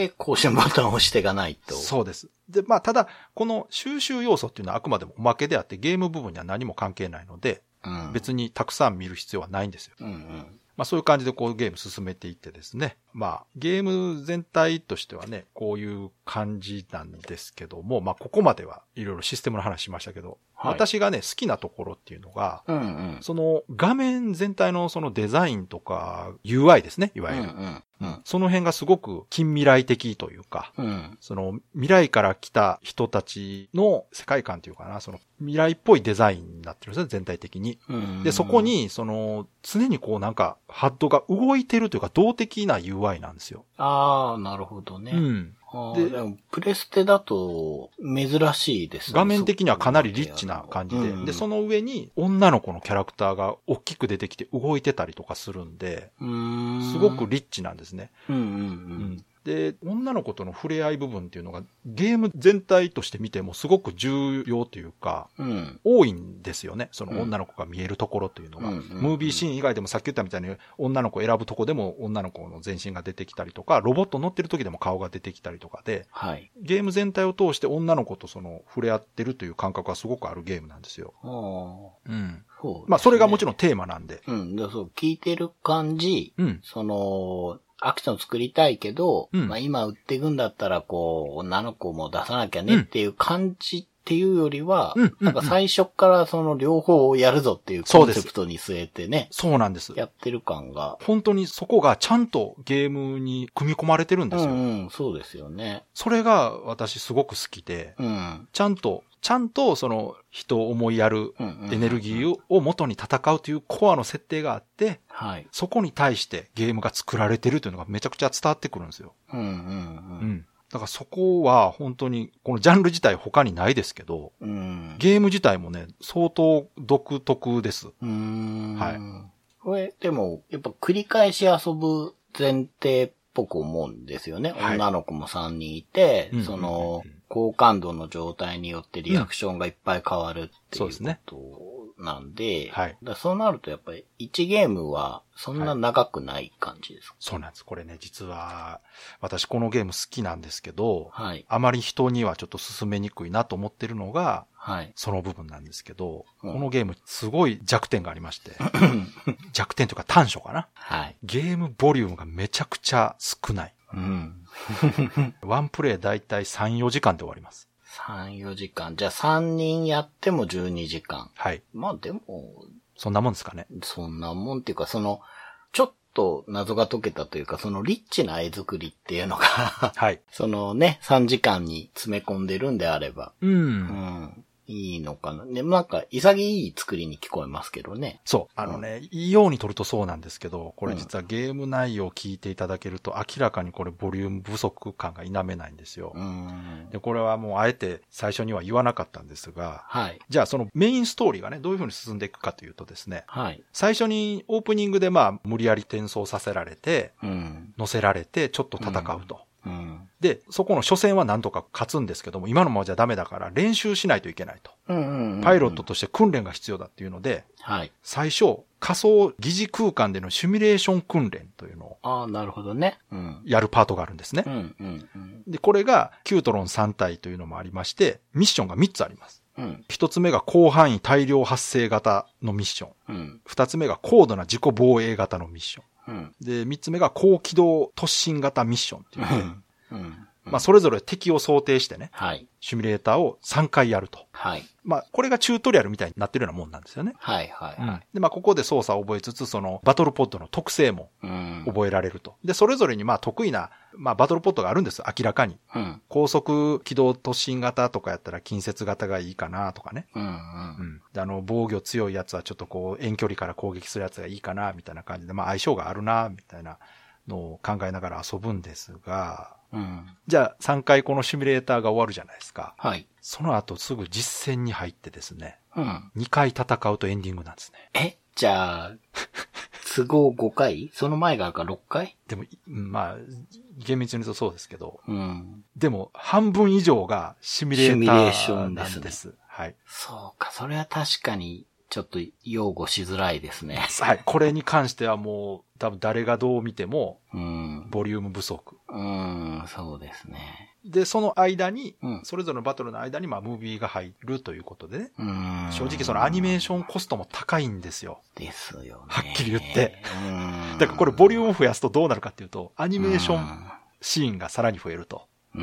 更新ボタンを押していかないと。 そうです。で、まあ、ただ、この収集要素っていうのはあくまでもおまけであって、ゲーム部分には何も関係ないので、うん、別にたくさん見る必要はないんですよ。うんうんまあそういう感じでこうゲーム進めていってですね。まあゲーム全体としてはね、こういう感じなんですけども、まあここまではいろいろシステムの話しましたけど、はい、私がね好きなところっていうのが、うんうん、その画面全体のそのデザインとか ユーアイ ですね、いわゆる。うんうんうん、その辺がすごく近未来的というか、うん、その未来から来た人たちの世界観というかな、その未来っぽいデザインになってるんですね、全体的に。うんうん、で、そこにその常にこうなんかハッドが動いてるというか動的な ユーアイ なんですよ。 ああ、なるほどね。うん。で、でもプレステだと珍しいですね。 画面的にはかなりリッチな感じで、うんうん、で、その上に女の子のキャラクターが大きく出てきて動いてたりとかするんで、うーんすごくリッチなんですね。うんうんうんうんで、女の子との触れ合い部分っていうのがゲーム全体として見てもすごく重要というか、うん、多いんですよね。その女の子が見えるところというのが、うんうんうんうん。ムービーシーン以外でもさっき言ったみたいに女の子を選ぶとこでも女の子の全身が出てきたりとか、ロボット乗ってる時でも顔が出てきたりとかで、はい、ゲーム全体を通して女の子とその触れ合ってるという感覚がすごくあるゲームなんですよ。うん。そうですね、まあそれがもちろんテーマなんで。 うん。だそう聞いてる感じ、うん、その、アクション作りたいけど、うん、まあ今売っていくんだったらこう、女の子も出さなきゃねっていう感じっていうよりは、うん、なんか最初からその両方をやるぞっていうコンセプトに据えてね。 そうなんです。 やってる感が。 本当にそこがちゃんとゲームに組み込まれてるんですよ。 うんうん、そうですよね。 それが私すごく好きで、うん、ちゃんと、ちゃんとその人を思いやるエネルギーを元に戦うというコアの設定があって、はい、そこに対してゲームが作られてるというのがめちゃくちゃ伝わってくるんですよ。うんうんうん。うんだからそこは本当に、このジャンル自体他にないですけど、うん、ゲーム自体もね、相当独特です。うーんはい。これ、でも、やっぱ繰り返し遊ぶ前提っぽく思うんですよね。はい、女の子もさんにんいて、その、好感度の状態によってリアクションがいっぱい変わるっていうこと。そうですね。なんで、はい。だそうなるとやっぱりいちゲームはそんな長くない感じですか、はい、 そうなんです。これね、実は私このゲーム好きなんですけど、はい。あまり人にはちょっと進めにくいなと思ってるのが、はい。その部分なんですけど、うん、このゲームすごい弱点がありまして、弱点というか短所かな。はい。ゲームボリュームがめちゃくちゃ少ない。うん。ワンプレイだいたいさん、よじかんで終わります。 さん、よじかん。じゃあさんにんやってもじゅうにじかん。はい。まあでも、 そんなもんですかね。 そんなもんっていうか、その、ちょっと謎が解けたというか、そのリッチな絵作りっていうのが、はい。そのね、さんじかんに詰め込んでるんであれば、うん。うん。 いいのかな。でもなんか、潔い作りに聞こえますけどね。 そう。あのね、うん、いいように撮るとそうなんですけど、これ実はゲーム内容を聞いていただけると、明らかにこれボリューム不足感が否めないんですよ。うん、で、これはもうあえて最初には言わなかったんですが、はい。じゃあそのメインストーリーがね、どういう風に進んでいくかというとですね、はい。最初にオープニングでまあ、無理やり転送させられて、うん、乗せられて、ちょっと戦うと。うんうん、で、そこの初戦はなんとか勝つんですけども、今のままじゃダメだから練習しないといけないと。うんうんうんうん、パイロットとして訓練が必要だっていうので、はい、最初、仮想疑似空間でのシミュレーション訓練というのを、 ああ、なるほどね。 うん、やるパートがあるんですね、うんうんうん。で、これがキュートロンさん体というのもありまして、ミッションがみっつあります。うん、一つ目が広範囲大量発生型のミッション。うん、二つ目が高度な自己防衛型のミッション。うん、で、三つ目が高機動突進型ミッションっていうので、うんうんまあ、それぞれ敵を想定してね、はい、シミュレーターをさんかいやると。はい。まあ、これがチュートリアルみたいになってるようなもんなんですよね。はい、はい、はい、うん。で、まあ、ここで操作を覚えつつ、その、バトルポッドの特性も覚えられると。で、それぞれにまあ、得意な、まあ、バトルポッドがあるんです、明らかに。うん。高速機動突進型とかやったら近接型がいいかなとかね。うん、うん。うん。で、あの、防御強いやつはちょっとこう、遠距離から攻撃するやつがいいかな、みたいな感じで、まあ、相性があるな、みたいなのを考えながら遊ぶんですが、うん、じゃあさんかいこのシミュレーターが終わるじゃないですか。はい。その後すぐ実戦に入ってですね。うん。にかい戦うとエンディングなんですね。 えじゃあ、都合ごかいその前があるからろっかいでも、まあ、厳密に言うとそうですけど。うん。でも、半分以上がシミュレーターなんです。シミュレーションですね。はい。 そうか、それは確かに、ちょっと擁護しづらいですね。 はい。これに関してはもう、多分誰がどう見ても、うん、ボリューム不足。 うん、そうですね。 で、その間に、うん、それぞれのバトルの間に、まあ、ムービーが入るということでね。うん、正直そのアニメーションコストも高いんですよ。 ですよね。 はっきり言って。うん、だからこれボリュームを増やすとどうなるかっていうと、アニメーションシーンがさらに増えると。 うん、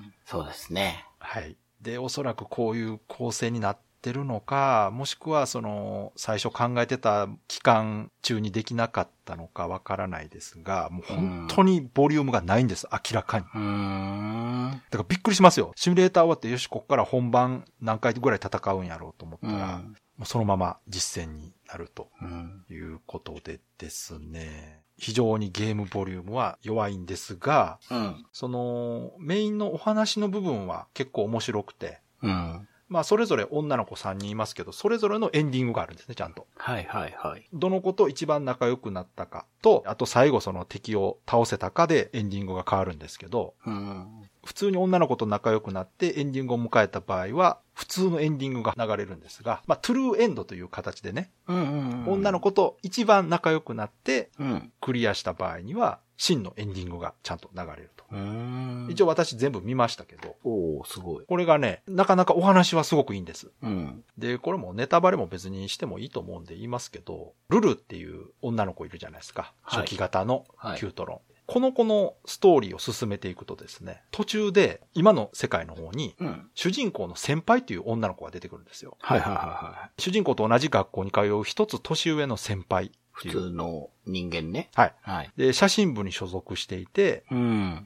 そうですね。 はい。で、おそらくこういう構成になって、てるのか、もしくはその最初考えてた期間中にできなかったのかわからないですが、もう本当にボリュームがないんです、明らかに。うーんだからびっくりしますよ。シミュレーター終わってよしこっから本番何回ぐらい戦うんやろうと思ったら、もうそのまま実践になるということでですね。非常にゲームボリュームは弱いんですが、うん、そのメインのお話の部分は結構面白くて、うんまあ、それぞれ女の子さんにんいますけど、それぞれのエンディングがあるんですね、ちゃんと。 はいはいはい。 どの子と一番仲良くなったかと、あと最後その敵を倒せたかでエンディングが変わるんですけど、うん、普通に女の子と仲良くなってエンディングを迎えた場合は、普通のエンディングが流れるんですが、まあ、トゥルーエンドという形でね、うんうんうん、女の子と一番仲良くなって、クリアした場合には、真のエンディングがちゃんと流れると。一応私全部見ましたけど。 おー、すごい。 これがね、なかなかお話はすごくいいんです。うん、で、これもネタバレも別にしてもいいと思うんで言いますけど、ルルっていう女の子いるじゃないですか。はい、初期型のキュートロン。はいこの子のストーリーを進めていくとですね、途中で今の世界の方に、主人公の先輩という女の子が出てくるんですよ。はいはいはいはい。主人公と同じ学校に通う一つ年上の先輩。 普通の人間ね。 はい。はい。で、写真部に所属していて、うん。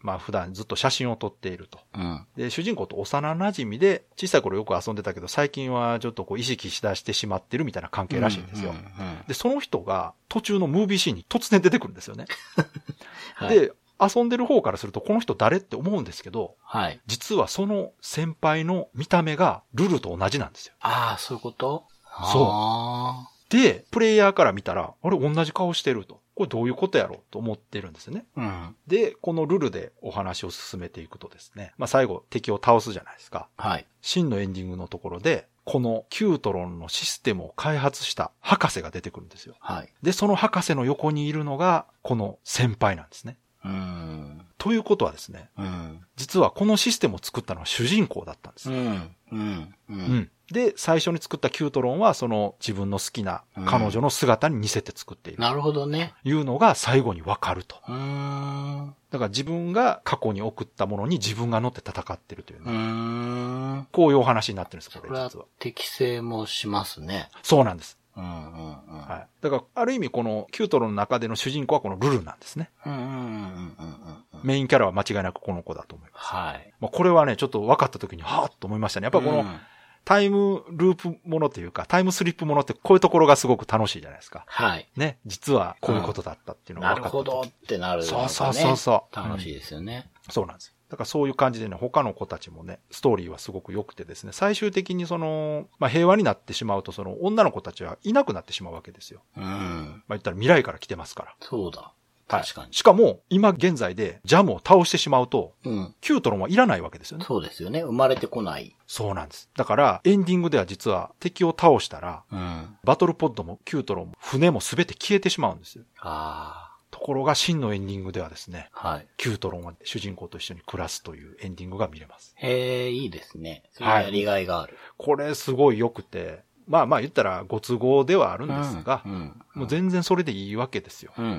まあ普段ずっと写真を撮っていると。うん。で、主人公と幼馴染で、小さい頃よく遊んでたけど、最近はちょっとこう意識しだしてしまってるみたいな関係らしいんですよ。うんうんうん、で、その人が途中のムービーシーンに突然出てくるんですよね。はい、で、遊んでる方からするとこの人誰って思うんですけど、はい。実はその先輩の見た目がルルと同じなんですよ。 ああ、そういうこと？ そう。で、プレイヤーから見たら、あれ同じ顔してると。これどういうことやろうと思ってるんですね。うん。で、このルルでお話を進めていくとですね、まあ最後敵を倒すじゃないですか。はい。真のエンディングのところで、このキュートロンのシステムを開発した博士が出てくるんですよ。はい。で、その博士の横にいるのが、この先輩なんですね。うん。ということはですね、うん。実はこのシステムを作ったのは主人公だったんです。うん。うん。うん。うんで、最初に作ったキュートロンは、その自分の好きな彼女の姿に似せて作っている。 うん、なるほどね。 いうのが最後にわかると。うーんだから自分が過去に送ったものに自分が乗って戦ってるという、ね。うーんこういうお話になってるんです、これ実は。 これは適性もしますね。 そうなんです。うんうんうんはい。だから、ある意味このキュートロンの中での主人公はこのルルなんですね。うんうんうんうんうん、メインキャラは間違いなくこの子だと思います。はい。まあ、これはね、ちょっと分かった時に、はぁと思いましたね。やっぱこの、うんタイムループものというか、タイムスリップものってこういうところがすごく楽しいじゃないですか。 はい。 ね。実はこういうことだったっていうのが分かった、うん。 なるほどってなるのがね。 そうそうそうそう。 楽しいですよね、 うん。そうなんです。だからそういう感じでね、他の子たちもね、ストーリーはすごく良くてですね、最終的にその、まあ、平和になってしまうと、その女の子たちはいなくなってしまうわけですよ。うん。まあ、言ったら未来から来てますから。 そうだ。確かに。 はい、しかも、今現在でジャムを倒してしまうと、うん、キュートロンはいらないわけですよね。 そうですよね。生まれてこない。 そうなんです。だから、エンディングでは実は敵を倒したら、うん、バトルポッドもキュートロンも船もすべて消えてしまうんですよ。ああ。ところが真のエンディングではですね、はい、キュートロンは主人公と一緒に暮らすというエンディングが見れます。 へえ、いいですね。それやりがいがある。はい、 これすごい良くて、まあまあ言ったらご都合ではあるんですが、うんうん、もう全然それでいいわけですよ。うんうん。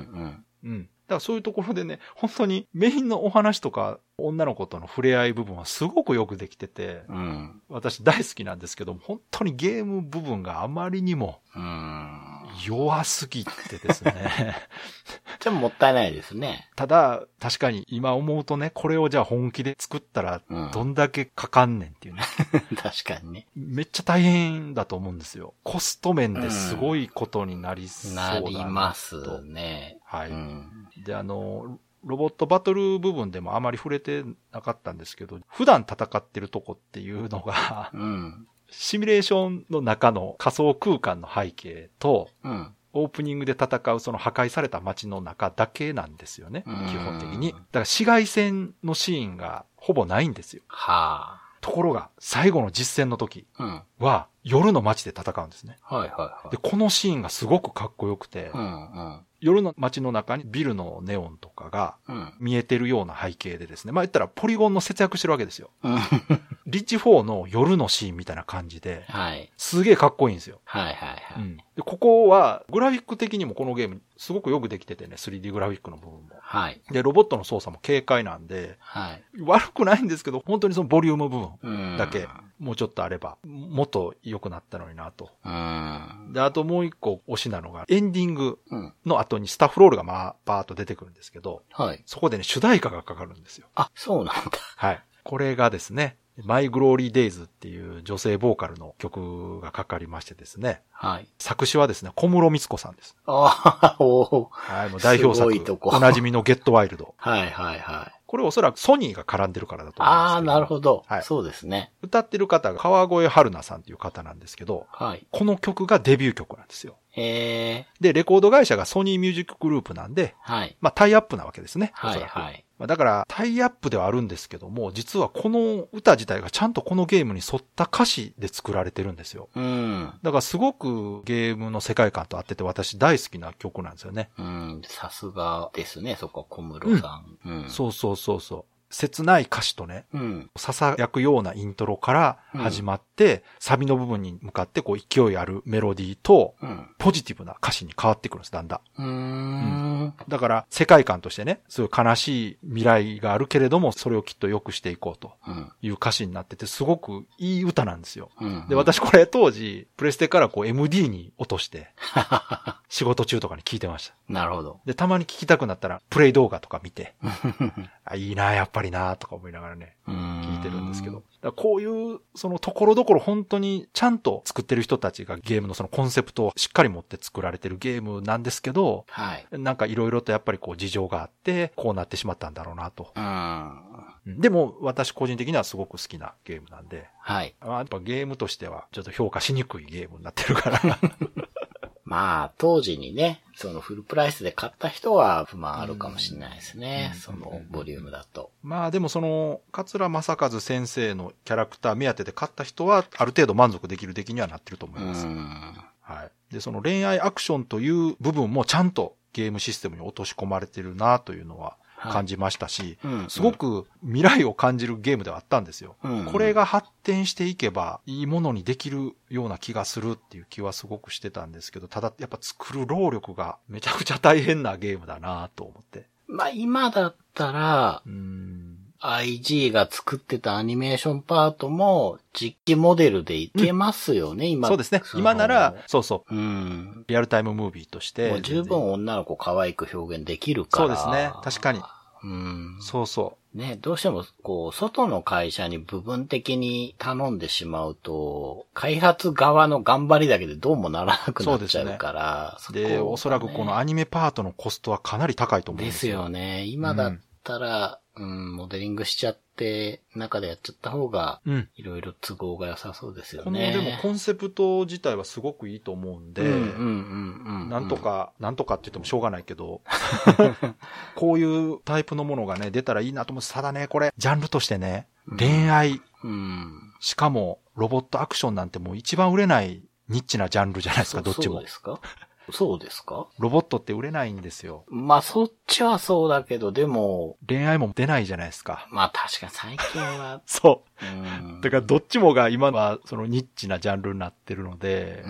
うん。だからそういうところでね、本当にメインのお話とか女の子との触れ合い部分はすごくよくできてて、うん、私大好きなんですけども、本当にゲーム部分があまりにも弱すぎてですね。 でももったいないですね。 ただ、確かに今思うとね、これをじゃあ本気で作ったらどんだけかかんねんっていうね。 うん、確かにね。 めっちゃ大変だと思うんですよ。コスト面ですごいことになりそうだなと、 うん、なりますね。 はい。うん、で、あの、ロボットバトル部分でもあまり触れてなかったんですけど、普段戦ってるとこっていうのが、うん、シミュレーションの中の仮想空間の背景と、うん、オープニングで戦うその破壊された街の中だけなんですよね、基本的に。だから市街戦のシーンがほぼないんですよ。はあ。ところが、最後の実戦の時は、夜の街で戦うんですね。はいはいはい。で、このシーンがすごくかっこよくて、うんうん、夜の街の中にビルのネオンとかが見えてるような背景でですね、まあ言ったらポリゴンの節約してるわけですよ。リッチフォーの夜のシーンみたいな感じで、はい、すげえかっこいいんですよ。はいはいはい、うん。で、ここはグラフィック的にもこのゲームすごくよくできててね、スリーディー グラフィックの部分も。はい。で、ロボットの操作も軽快なんで、はい、悪くないんですけど、本当にそのボリューム部分だけもうちょっとあれば、もっと良くなったのになと。で、あともう一個推しなのが、エンディングの後にスタッフロールがまあ、バーッと出てくるんですけど、はい、そこでね、主題歌がかかるんですよ。 あ、そうなんだ。 はい。これがですね、マイグローリーデイズっていう女性ボーカルの曲がかかりましてですね。はい。作詞はですね、小室光子さんです。ああ、おはい、もう代表作、おなじみのゲットワイルド。はいはいはい。これおそらくソニーが絡んでるからだと思うんですけど。 ああ、なるほど。はい。そうですね。 歌ってる方が川越春奈さんっていう方なんですけど、はい。この曲がデビュー曲なんですよ。へー。で、レコード会社がソニーミュージックグループなんで、はい。まあ、タイアップなわけですね。はいはい。だから、タイアップではあるんですけども、実はこの歌自体がちゃんとこのゲームに沿った歌詞で作られてるんですよ。うん。だからすごくゲームの世界観と合ってて私大好きな曲なんですよね。 うん。さすがですね、そこは小室さん。 うん。うん、そうそうそうそう。切ない歌詞とね、うん、囁くようなイントロから始まって、うん、サビの部分に向かってこう勢いあるメロディーと、うん、ポジティブな歌詞に変わってくるんです、だんだん。うーんうん、だから世界観としてね、すごい悲しい未来があるけれども、それをきっと良くしていこうという歌詞になってて、すごくいい歌なんですよ。うんうん、で、私これ当時、プレステからこう エムディー に落として、仕事中とかに聞いてました。 なるほど。 で、たまに聞きたくなったら、プレイ動画とか見て、あ、いいな、やっぱりな、とか思いながらね、聞いてるんですけど。だこういう、そのところどころ本当にちゃんと作ってる人たちがゲームのそのコンセプトをしっかり持って作られてるゲームなんですけど、はい。なんかいろいろとやっぱりこう事情があって、こうなってしまったんだろうなと。うん。でも、私個人的にはすごく好きなゲームなんで、はい。やっぱゲームとしてはちょっと評価しにくいゲームになってるから。 まあ、当時にね、そのフルプライスで買った人は不満あるかもしれないですね。そのボリュームだと。 まあでもその、桂正和先生のキャラクター目当てで買った人は、ある程度満足できる出来にはなってると思います。はい。で、その恋愛アクションという部分もちゃんとゲームシステムに落とし込まれてるなというのは、感じましたし、はいうんうん、すごく未来を感じるゲームではあったんですよ、うんうん。これが発展していけばいいものにできるような気がするっていう気はすごくしてたんですけど、ただやっぱ作る労力がめちゃくちゃ大変なゲームだなと思って。 まあ今だったら、うーんアイジー が作ってたアニメーションパートも実機モデルでいけますよね、うん、今。 そうですね。今なら、そうそう。うん。リアルタイムムービーとして。 もう十分女の子可愛く表現できるから。 そうですね。確かに。うん。そうそう。 ね、どうしても、こう、外の会社に部分的に頼んでしまうと、開発側の頑張りだけでどうもならなくなっちゃうから。 そうですね。で、おそらくこのアニメパートのコストはかなり高いと思うんですよ。 ですよね。今だったら、うん、うん、モデリングしちゃって、中でやっちゃった方が、いろいろ都合が良さそうですよね。 このでもコンセプト自体はすごくいいと思うんで、なんとか、なんとかって言ってもしょうがないけど、こういうタイプのものがね、出たらいいなと思う。ただね、これ、ジャンルとしてね、恋愛、うん、しかもロボットアクションなんてもう一番売れないニッチなジャンルじゃないですか、どっちも。 そうですか？そうですか？ ロボットって売れないんですよ。 まあそっちはそうだけど、でも。 恋愛も出ないじゃないですか。 まあ確かに最近は。 そう。うん。だからどっちもが今はそのニッチなジャンルになってるので、うん、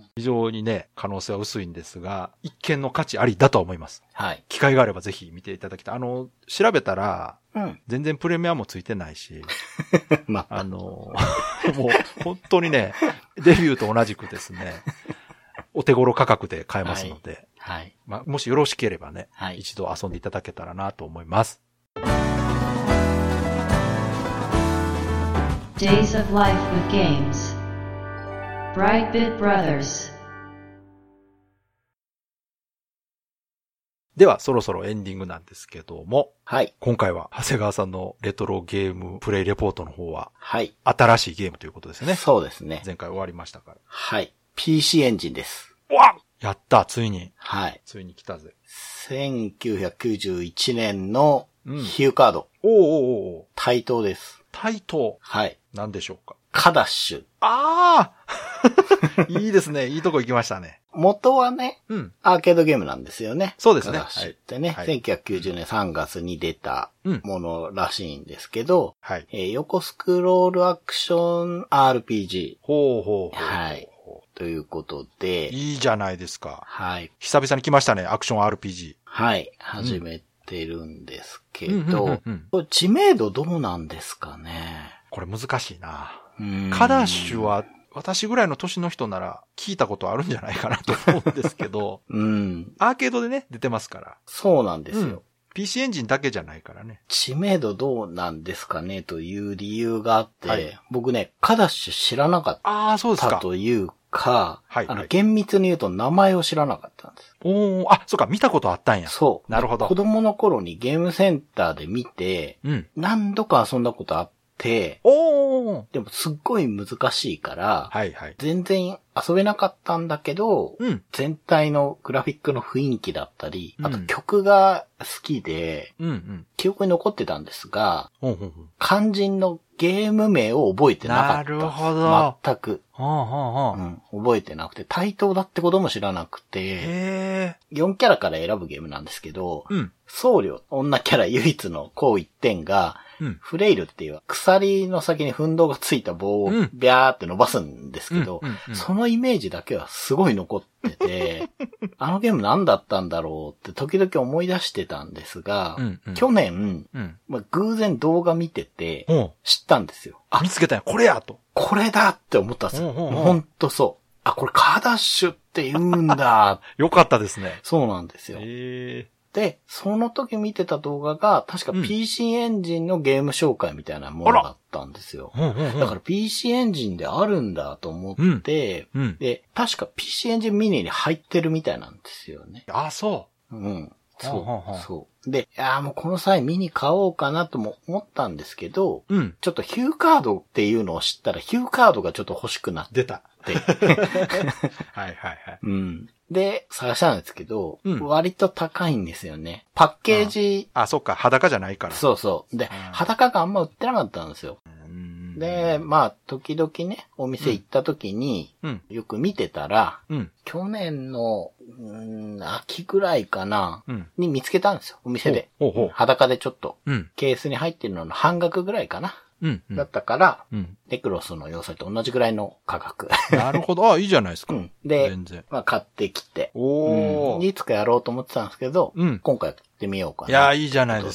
非常にね、可能性は薄いんですが、一見の価値ありだとは思います。 はい。 機会があればぜひ見ていただきたい。あの、調べたら、うん、全然プレミアもついてないし、まあ、あの、もう本当にね、デビューと同じくですね、お手頃価格で買えますので、はい。はい、まあ、もしよろしければね、はい、一度遊んでいただけたらなと思います。 Days of Life with Games Brightbit Brothers では、そろそろエンディングなんですけども、 はい。 今回は、長谷川さんのレトロゲームプレイレポートの方は、 はい。 新しいゲームということですね。 そうですね。 前回終わりましたから。 はい。ピーシー エンジンです。 わっやった、ついに。 はい。 ついに来たぜ。 せんきゅうひゃくきゅうじゅういちねんのヒューカード。 うん、おうおうおう対等です。 対等はい。 何でしょうか。 カダッシュ。 ああいいですね。いいとこ行きましたね。 元はね、うん、アーケードゲームなんですよね。 そうですね。 カダッシュってね、はい、せんきゅうひゃくきゅうじゅうねんさんがつに出たものらしいんですけど、はい、えー、横スクロールアクション アールピージー。 ほうほうほう。 はい。ということで。 いいじゃないですか。 はい。 久々に来ましたね、アクション アールピージー。 はい。始めてるんですけど、これ知名度どうなんですかね。 これ難しいな。カダッシュは、私ぐらいの年の人なら聞いたことあるんじゃないかなと思うんですけど、うん、アーケードでね、出てますから。 そうなんですよ。うん、 ピーシー エンジンだけじゃないからね。 知名度どうなんですかねという理由があって、はい、僕ね、カダッシュ知らなかったというか、はい、あの、厳密に言うと名前を知らなかったんです。 おー、あ、そうか、見たことあったんや。 そう。 なるほど。 子供の頃にゲームセンターで見て、うん、何度か遊んだことあって、おーでもすっごい難しいから、はいはい、全然遊べなかったんだけど、うん、全体のグラフィックの雰囲気だったり、あと曲が好きで、うんうん、記憶に残ってたんですが、うんうんうん、肝心のゲーム名を覚えてなかった。なるほど。全く。はあはあうん、覚えてなくて、対等だってことも知らなくて、へーよんキャラから選ぶゲームなんですけど、うん、僧侶、女キャラ唯一のこう一点が、うん、フレイルっていう鎖の先に奮闘がついた棒をビャーって伸ばすんですけど、うんうんうん、そのイメージだけはすごい残ってて、あのゲーム何だったんだろうって時々思い出してたんですが、うんうん、去年、うんまあ、偶然動画見てて知ったんですよ。 あ、見つけたよ。これやと。 これだって思ったんですよ。ほんとそう。あ、これカーダッシュって言うんだ。 よかったですね。 そうなんですよ。へーで、その時見てた動画が、確か ピーシー エンジンのゲーム紹介みたいなものだったんですよ。うんうんうん、だから ピーシー エンジンであるんだと思って、うんうん、で、確か ピーシー エンジンミニに入ってるみたいなんですよね。 あ、そう。 うん。そう。はははそう。で、いやもうこの際ミニ買おうかなとも思ったんですけど、うん、ちょっとヒューカードっていうのを知ったら、ヒューカードがちょっと欲しくなって。 出た。はいはいはい。 うん。で、探したんですけど、うん、割と高いんですよね。パッケージ。 ああ、そっか、裸じゃないから。 そうそう。で、裸があんま売ってなかったんですよ。で、まあ、時々ね、お店行った時に、うん、よく見てたら、うん、去年の、うん、秋ぐらいかな、うん、に見つけたんですよ、お店で。ほうほう裸でちょっと、うん、ケースに入ってるのの半額ぐらいかな。うんうん、だったから、うん、ネクロスの要塞と同じぐらいの価格。 なるほど。ああ、いいじゃないですか。うん、 で、全然まあ買ってきて、おうん、いつかやろうと思ってたんですけど、うん、今回やってみようかな。 いや、いいじゃないですか。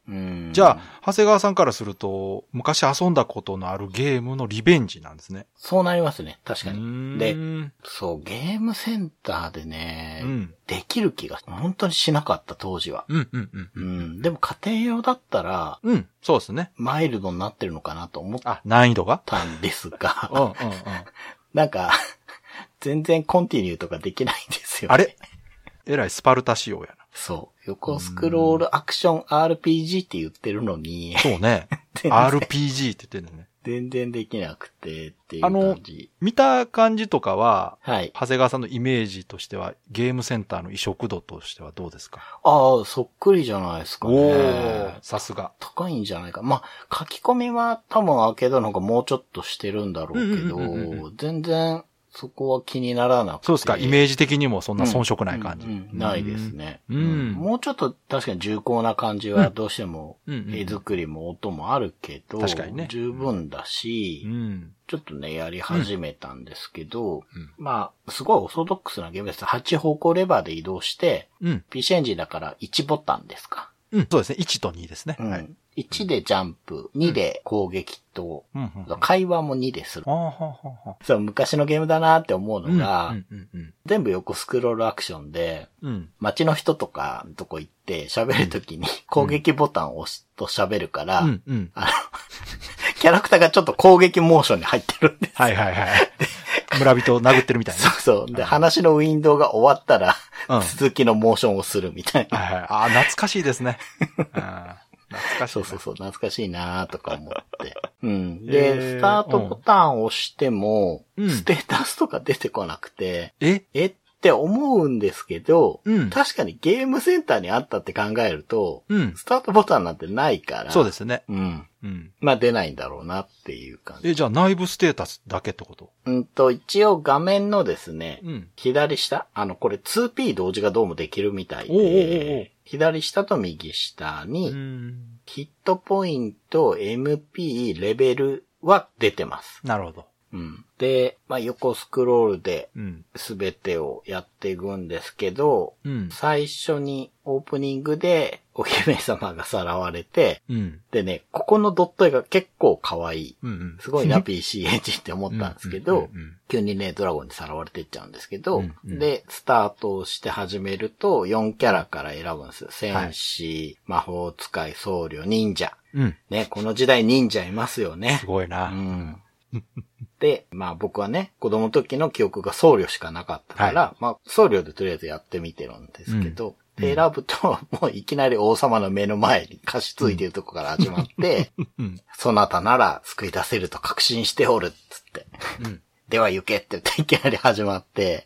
うん。じゃあ、長谷川さんからすると、昔遊んだことのあるゲームのリベンジなんですね。 そうなりますね。確かに。で、そう、ゲームセンターでね、うん、できる気が本当にしなかった当時は。うんうんうん。うん。でも家庭用だったら、 うん、そうですね。 マイルドになってるのかなと思った。 あ、難易度がたんですが。うんうんうん。なんか、全然コンティニューとかできないんですよ、ね。 あれえらいスパルタ仕様やな。 そう。横スクロールアクション アールピージー って言ってるのに。 そうね。アールピージー って言ってるね。 全然できなくてっていう感じ。 あの、見た感じとかは、 はい。 長谷川さんのイメージとしては、ゲームセンターの移植度としてはどうですか？ ああ、そっくりじゃないですかね。おー、さすが。 高いんじゃないか。まあ、書き込みは多分アーケードの方がもうちょっとしてるんだろうけど、全然、そこは気にならなくて。 そうですか。イメージ的にもそんな遜色ない感じ。 うんうんうん、ないですね、 うんうん。 もうちょっと確かに重厚な感じはどうしても、絵作りも音もあるけど、 確かにね、 十分だし、うん、ちょっとね、やり始めたんですけど、うん、まあ、すごいオーソドックスなゲームです。はち方向レバーで移動して、うん、ピーシー エンジンだからいちボタンですか。 うん、そうですね。いちとにですね。 うん、はい、いちでジャンプ、にで攻撃と、うん、会話もにでする。そう、昔のゲームだなって思うのが、うんうんうんうん、全部横スクロールアクションで、うん、街の人とかのとこ行って喋るときに攻撃ボタンを押すと喋るから、うんうん、あのキャラクターがちょっと攻撃モーションに入ってるんですよ。 はいはいはい。村人を殴ってるみたいな。 そうそう。で、話のウィンドウが終わったら、うん、続きのモーションをするみたいな。 はいはい、ああ、懐かしいですね。あ懐かしい。 そうそうそう、懐かしいなーとか思って。うん。で、えー、スタートボタンを押しても、うん、ステータスとか出てこなくて、 ええって思うんですけど、うん、確かにゲームセンターにあったって考えると、うん、スタートボタンなんてないから。 そうですね。 うん。うん、まあ出ないんだろうなっていう感じ。 え、じゃあ内部ステータスだけってこと？ うんと、一応画面のですね、うん、左下、あの、これ ツーピー 同時がどうもできるみたいで、おーおーおー左下と右下に、ヒットポイント、エムピー、レベルは出てます。 なるほど。 うん、で、まあ、横スクロールで、すべてをやっていくんですけど、うん、最初にオープニングでお姫様がさらわれて、うん、でね、ここのドット絵が結構可愛い。うんうん、すごいな ピーシー エンジンって思ったんですけど、急にね、ドラゴンにさらわれていっちゃうんですけど、うんうん、で、スタートをして始めると、よんキャラから選ぶんですよ。戦士、はい、魔法使い、僧侶、忍者。うん、ね、この時代忍者いますよね。 すごいな。 うんで、まあ僕はね、子供の時の記憶が僧侶しかなかったから、はい、まあ僧侶でとりあえずやってみてるんですけど、うん、で、選ぶと、もういきなり王様の目の前に貸し付いてるとこから始まって、うん、そなたなら救い出せると確信しておるっつって、うん、では行けって言っていきなり始まって、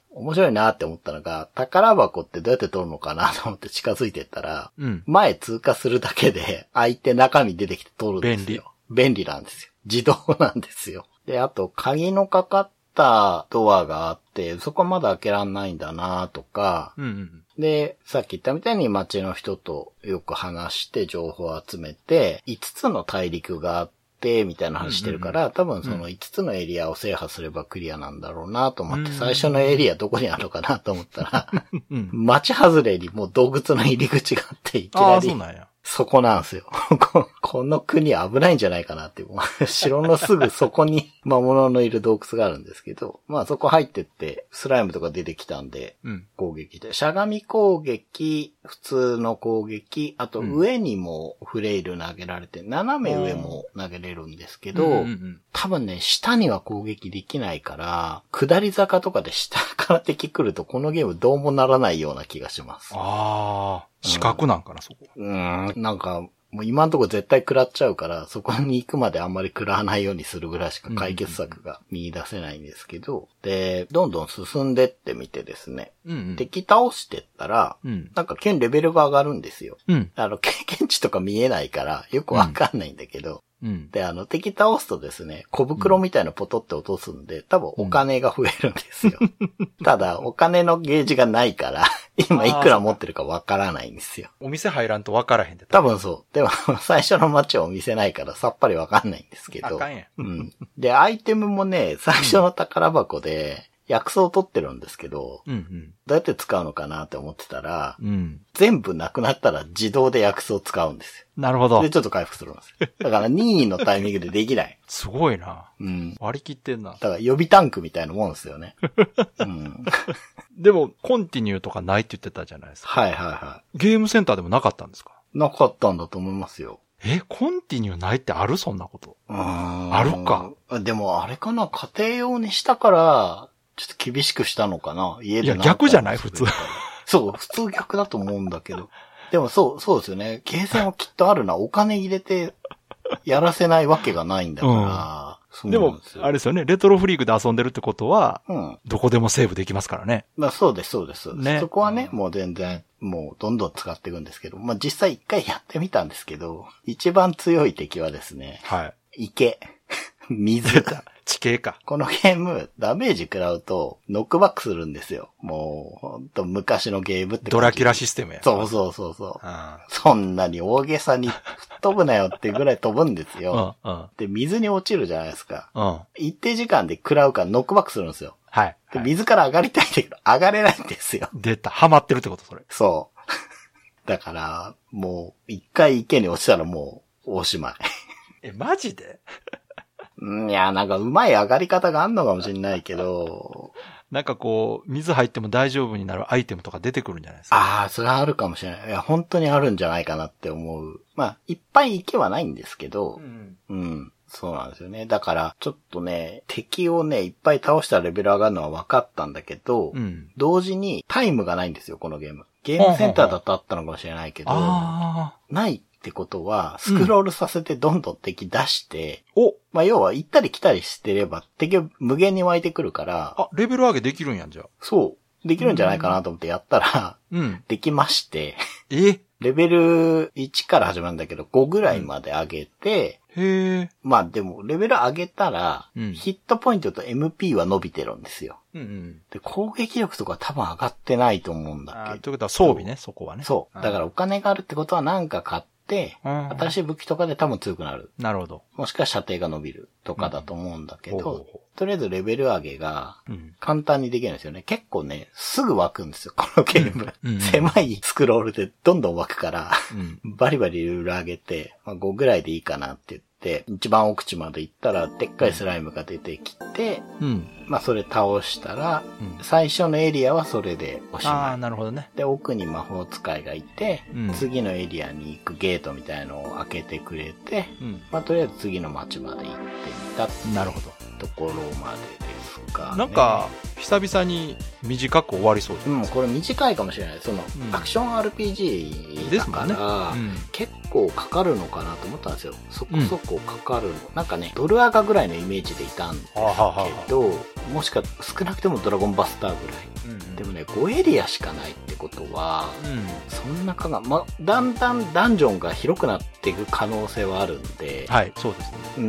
面白いなって思ったのが、宝箱ってどうやって取るのかなと思って近づいてったら、うん、前通過するだけで相手中身出てきて取るんですよ。便利。便利なんですよ。自動なんですよ。で、あと、鍵のかかったドアがあって、そこはまだ開けらんないんだなとか、うんうん、で、さっき言ったみたいに街の人とよく話して情報を集めて、いつつの大陸があって、みたいな話してるから、うんうん、多分そのいつつのエリアを制覇すればクリアなんだろうなと思って、うん、最初のエリアどこにあるのかなと思ったら、うん、街外れにもう洞窟の入り口があって、いきなり。 そうなんや。 そこなんですよ。この国危ないんじゃないかなっていう。城のすぐそこに魔物のいる洞窟があるんですけど、まあそこ入ってってスライムとか出てきたんで、うん、攻撃で。しゃがみ攻撃、普通の攻撃、あと上にもフレイル投げられて、うん、斜め上も投げれるんですけど、うんうんうん、多分ね、下には攻撃できないから、下り坂とかで下から敵来るとこのゲームどうもならないような気がします。 ああ。四角なんかな、そこ。 うん、なんか、もう今のところ絶対食らっちゃうから、そこに行くまであんまり食らわないようにするぐらいしか解決策が見出せないんですけど、で、どんどん進んでってみてですね、うんうん、敵倒してったら、うん、なんか剣レベルが上がるんですよ。うん、あの、経験値とか見えないから、よくわかんないんだけど、うん、で、あの、敵倒すとですね、小袋みたいなポトって落とすんで、多分お金が増えるんですよ。うん、ただ、お金のゲージがないから、今いくら持ってるかわからないんですよ。 お店入らんとわからへんって多分そう。でも、最初の街はお店ないからさっぱりわかんないんですけど。 あかんやん。 うん。で、アイテムもね、最初の宝箱で、 薬草を取ってるんですけど、 うんうん、 どうやって使うのかなって思ってたら、 うん、 全部なくなったら自動で薬草を使うんですよ。 なるほど。 で、ちょっと回復するんですよ。だからにいのタイミングでできない。 すごいな。 うん。 割り切ってんな。 だから予備タンクみたいなもんですよね。うん、 でも、コンティニューとかないって言ってたじゃないですか。 はいはいはい。 ゲームセンターでもなかったんですか？ なかったんだと思いますよ。 え、コンティニューないってある？そんなこと。 うーん。 あるか。 でもあれかな、家庭用にしたから、ちょっと厳しくしたのかな。家で。 いや、逆じゃない普通。 そう、普通逆だと思うんだけど。でもそう、そうですよね。ゲーセンはきっとあるな。お金入れて、やらせないわけがないんだから。うんでも、あれですよね、レトロフリークで遊んでるってことは、 うん、 どこでもセーブできますからね。 まあそうです、そうです。 ね。 そこはね、もう全然、もうどんどん使っていくんですけど、まあ実際一回やってみたんですけど、一番強い敵はですね、 はい。 池。水。 地形か。 このゲーム、ダメージ食らうと、ノックバックするんですよ。もう、ほんと昔のゲームって感じ。 ドラキュラシステムや。 そうそうそうそう。うん、そんなに大げさに吹っ飛ぶなよっていうぐらい飛ぶんですよ。うんうん、で、水に落ちるじゃないですか。うん、一定時間で食らうからノックバックするんですよ。 はい。 で、水から上がりたいんだけど、上がれないんですよ。 出た。ハマってるってことそれ。 そう。だから、もう、一回池に落ちたらもう、おしまい。 え、マジで？ いや、なんか上手い上がり方があんのかもしれないけど。 なんかこう、水入っても大丈夫になるアイテムとか出てくるんじゃないですか。 ああ、それはあるかもしれない。いや、本当にあるんじゃないかなって思う。まあ、いっぱい池はないんですけど、うん、うん。そうなんですよね。だから、ちょっとね、敵をね、いっぱい倒したらレベル上がるのは分かったんだけど、うん、同時にタイムがないんですよ、このゲーム。ゲームセンターだとあったのかもしれないけど、ないってことは、スクロールさせてどんどん敵出して、うん、おまあ、要は行ったり来たりしてれば敵は無限に湧いてくるから。 あ、レベル上げできるんやんじゃ。 そう。できるんじゃないかなと思ってやったら、うん、できまして。 えレベルいちから始まるんだけど、ごぐらいまで上げて、 うん、へー。 まあでも、レベル上げたら、うん、ヒットポイントと エムピー は伸びてるんですよ。うんうん、で、攻撃力とか多分上がってないと思うんだけど。 ということは装備ね、そこはね。 そう。だからお金があるってことはなんか買って、新しい武器とかで多分強くなる。 なるほど。 もしくは射程が伸びるとかだと思うんだけど、うん、ほうほうほうとりあえずレベル上げが簡単にできるんですよね。結構ね、すぐ湧くんですよ、このゲーム。うんうん、狭いスクロールでどんどん湧くから、うん、バリバリレベル上げて、まあ、ごぐらいでいいかなって言って、一番奥地まで行ったらでっかいスライムが出てきて、うん、まあそれ倒したら、うん、最初のエリアはそれでおしまい。 ああ、なるほどね。 で、奥に魔法使いがいて、うん、次のエリアに行くゲートみたいのを開けてくれて、うん、まあとりあえず次の街まで行ってみた。 なるほど。 ところまでですかね。 なんか、久々に短く終わりそうです。 うん、これ短いかもしれない。その、うん、アクション アールピージー だから、ねうん、結構かかるのかなと思ったんですよ。そこそこかかるの。うん、なんかね、ドルアガぐらいのイメージでいたんですけど、もしか少なくてもドラゴンバスターぐらい。うん、でもね、ごエリアしかないってことは、うん、そんなかが、ま、だんだんダンジョンが広くなっていく可能性はあるんで、 はい、そうですね。 うん、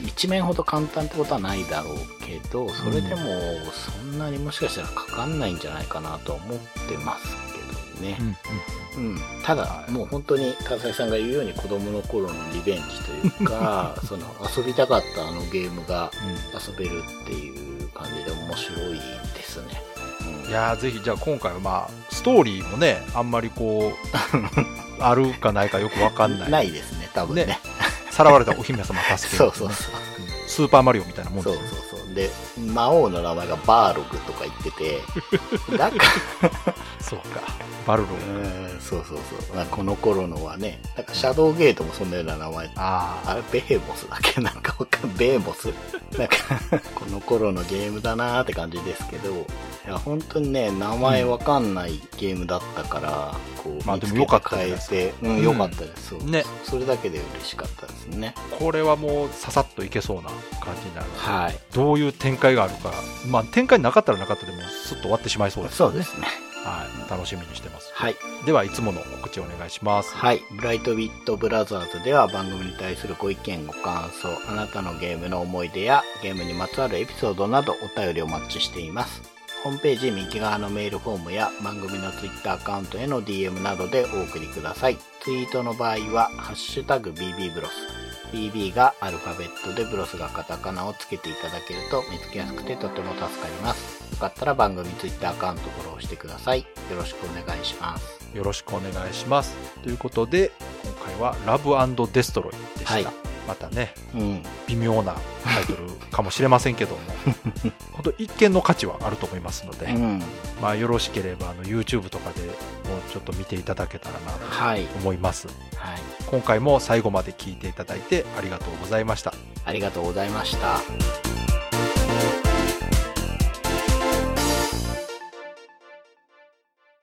一面ほど簡単ってことはないだろうけど、それでもそんなにもしかしたらかかんないんじゃないかなと思ってますけどね。うん、うんうん、ただ、もう本当に川崎さんが言うように子供の頃のリベンジというか、その遊びたかったあのゲームが遊べるっていう感じで面白いですね。 いやーぜひじゃあ今回はまあストーリーもねあんまりこうあるかないかよくわかんないないですね多分ねねさらわれたお姫様助ける、 ね、そうそうそうスーパーマリオみたいなもんですね。そうそうそうで魔王の名前がバーログとか言っててだからそうかバルログうんそうそうそう、まあ、この頃のはねなんかシャドウゲートもそんなような名前ああれベーモスだっけなんかわかんベーモスなんかこの頃のゲームだなーって感じですけどいや本当にね名前わかんないゲームだったから、うん、こうまあでも良かったですねうん良かったです、うん、ねそれだけで嬉しかったですね。 これはもうささっといけそうな感じになるので、 はい、 どういう展開があるかまあ展開なかったらなかったでもスッと終わってしまいそうですね。 そうですねはい、楽しみにしてます。 はい。 ではいつもの告知をお願いします。 はい。ブライトビットブラザーズでは番組に対するご意見ご感想、あなたのゲームの思い出やゲームにまつわるエピソードなどお便りをお待ちしています。ホームページ右側のメールフォームや番組のツイッターアカウントへの ディーエム などでお送りください。ツイートの場合はハッシュタグ ビービー ブロス。ビービー がアルファベットでブロスがカタカナをつけていただけると見つけやすくてとても助かります。 かったら番組 Twitter アカウントフォローしてください。よろしくお願いします。 よろしくお願いします。ということで、今回はラブ&デストロイでした。はい、またね、うん、微妙なタイトルかもしれませんけども、本当一見の価値はあると思いますので、うん、まあよろしければあの YouTube とかでもうちょっと見ていただけたらなと思います。はいはい、今回も最後まで聞いていただいてありがとうございました。 ありがとうございました。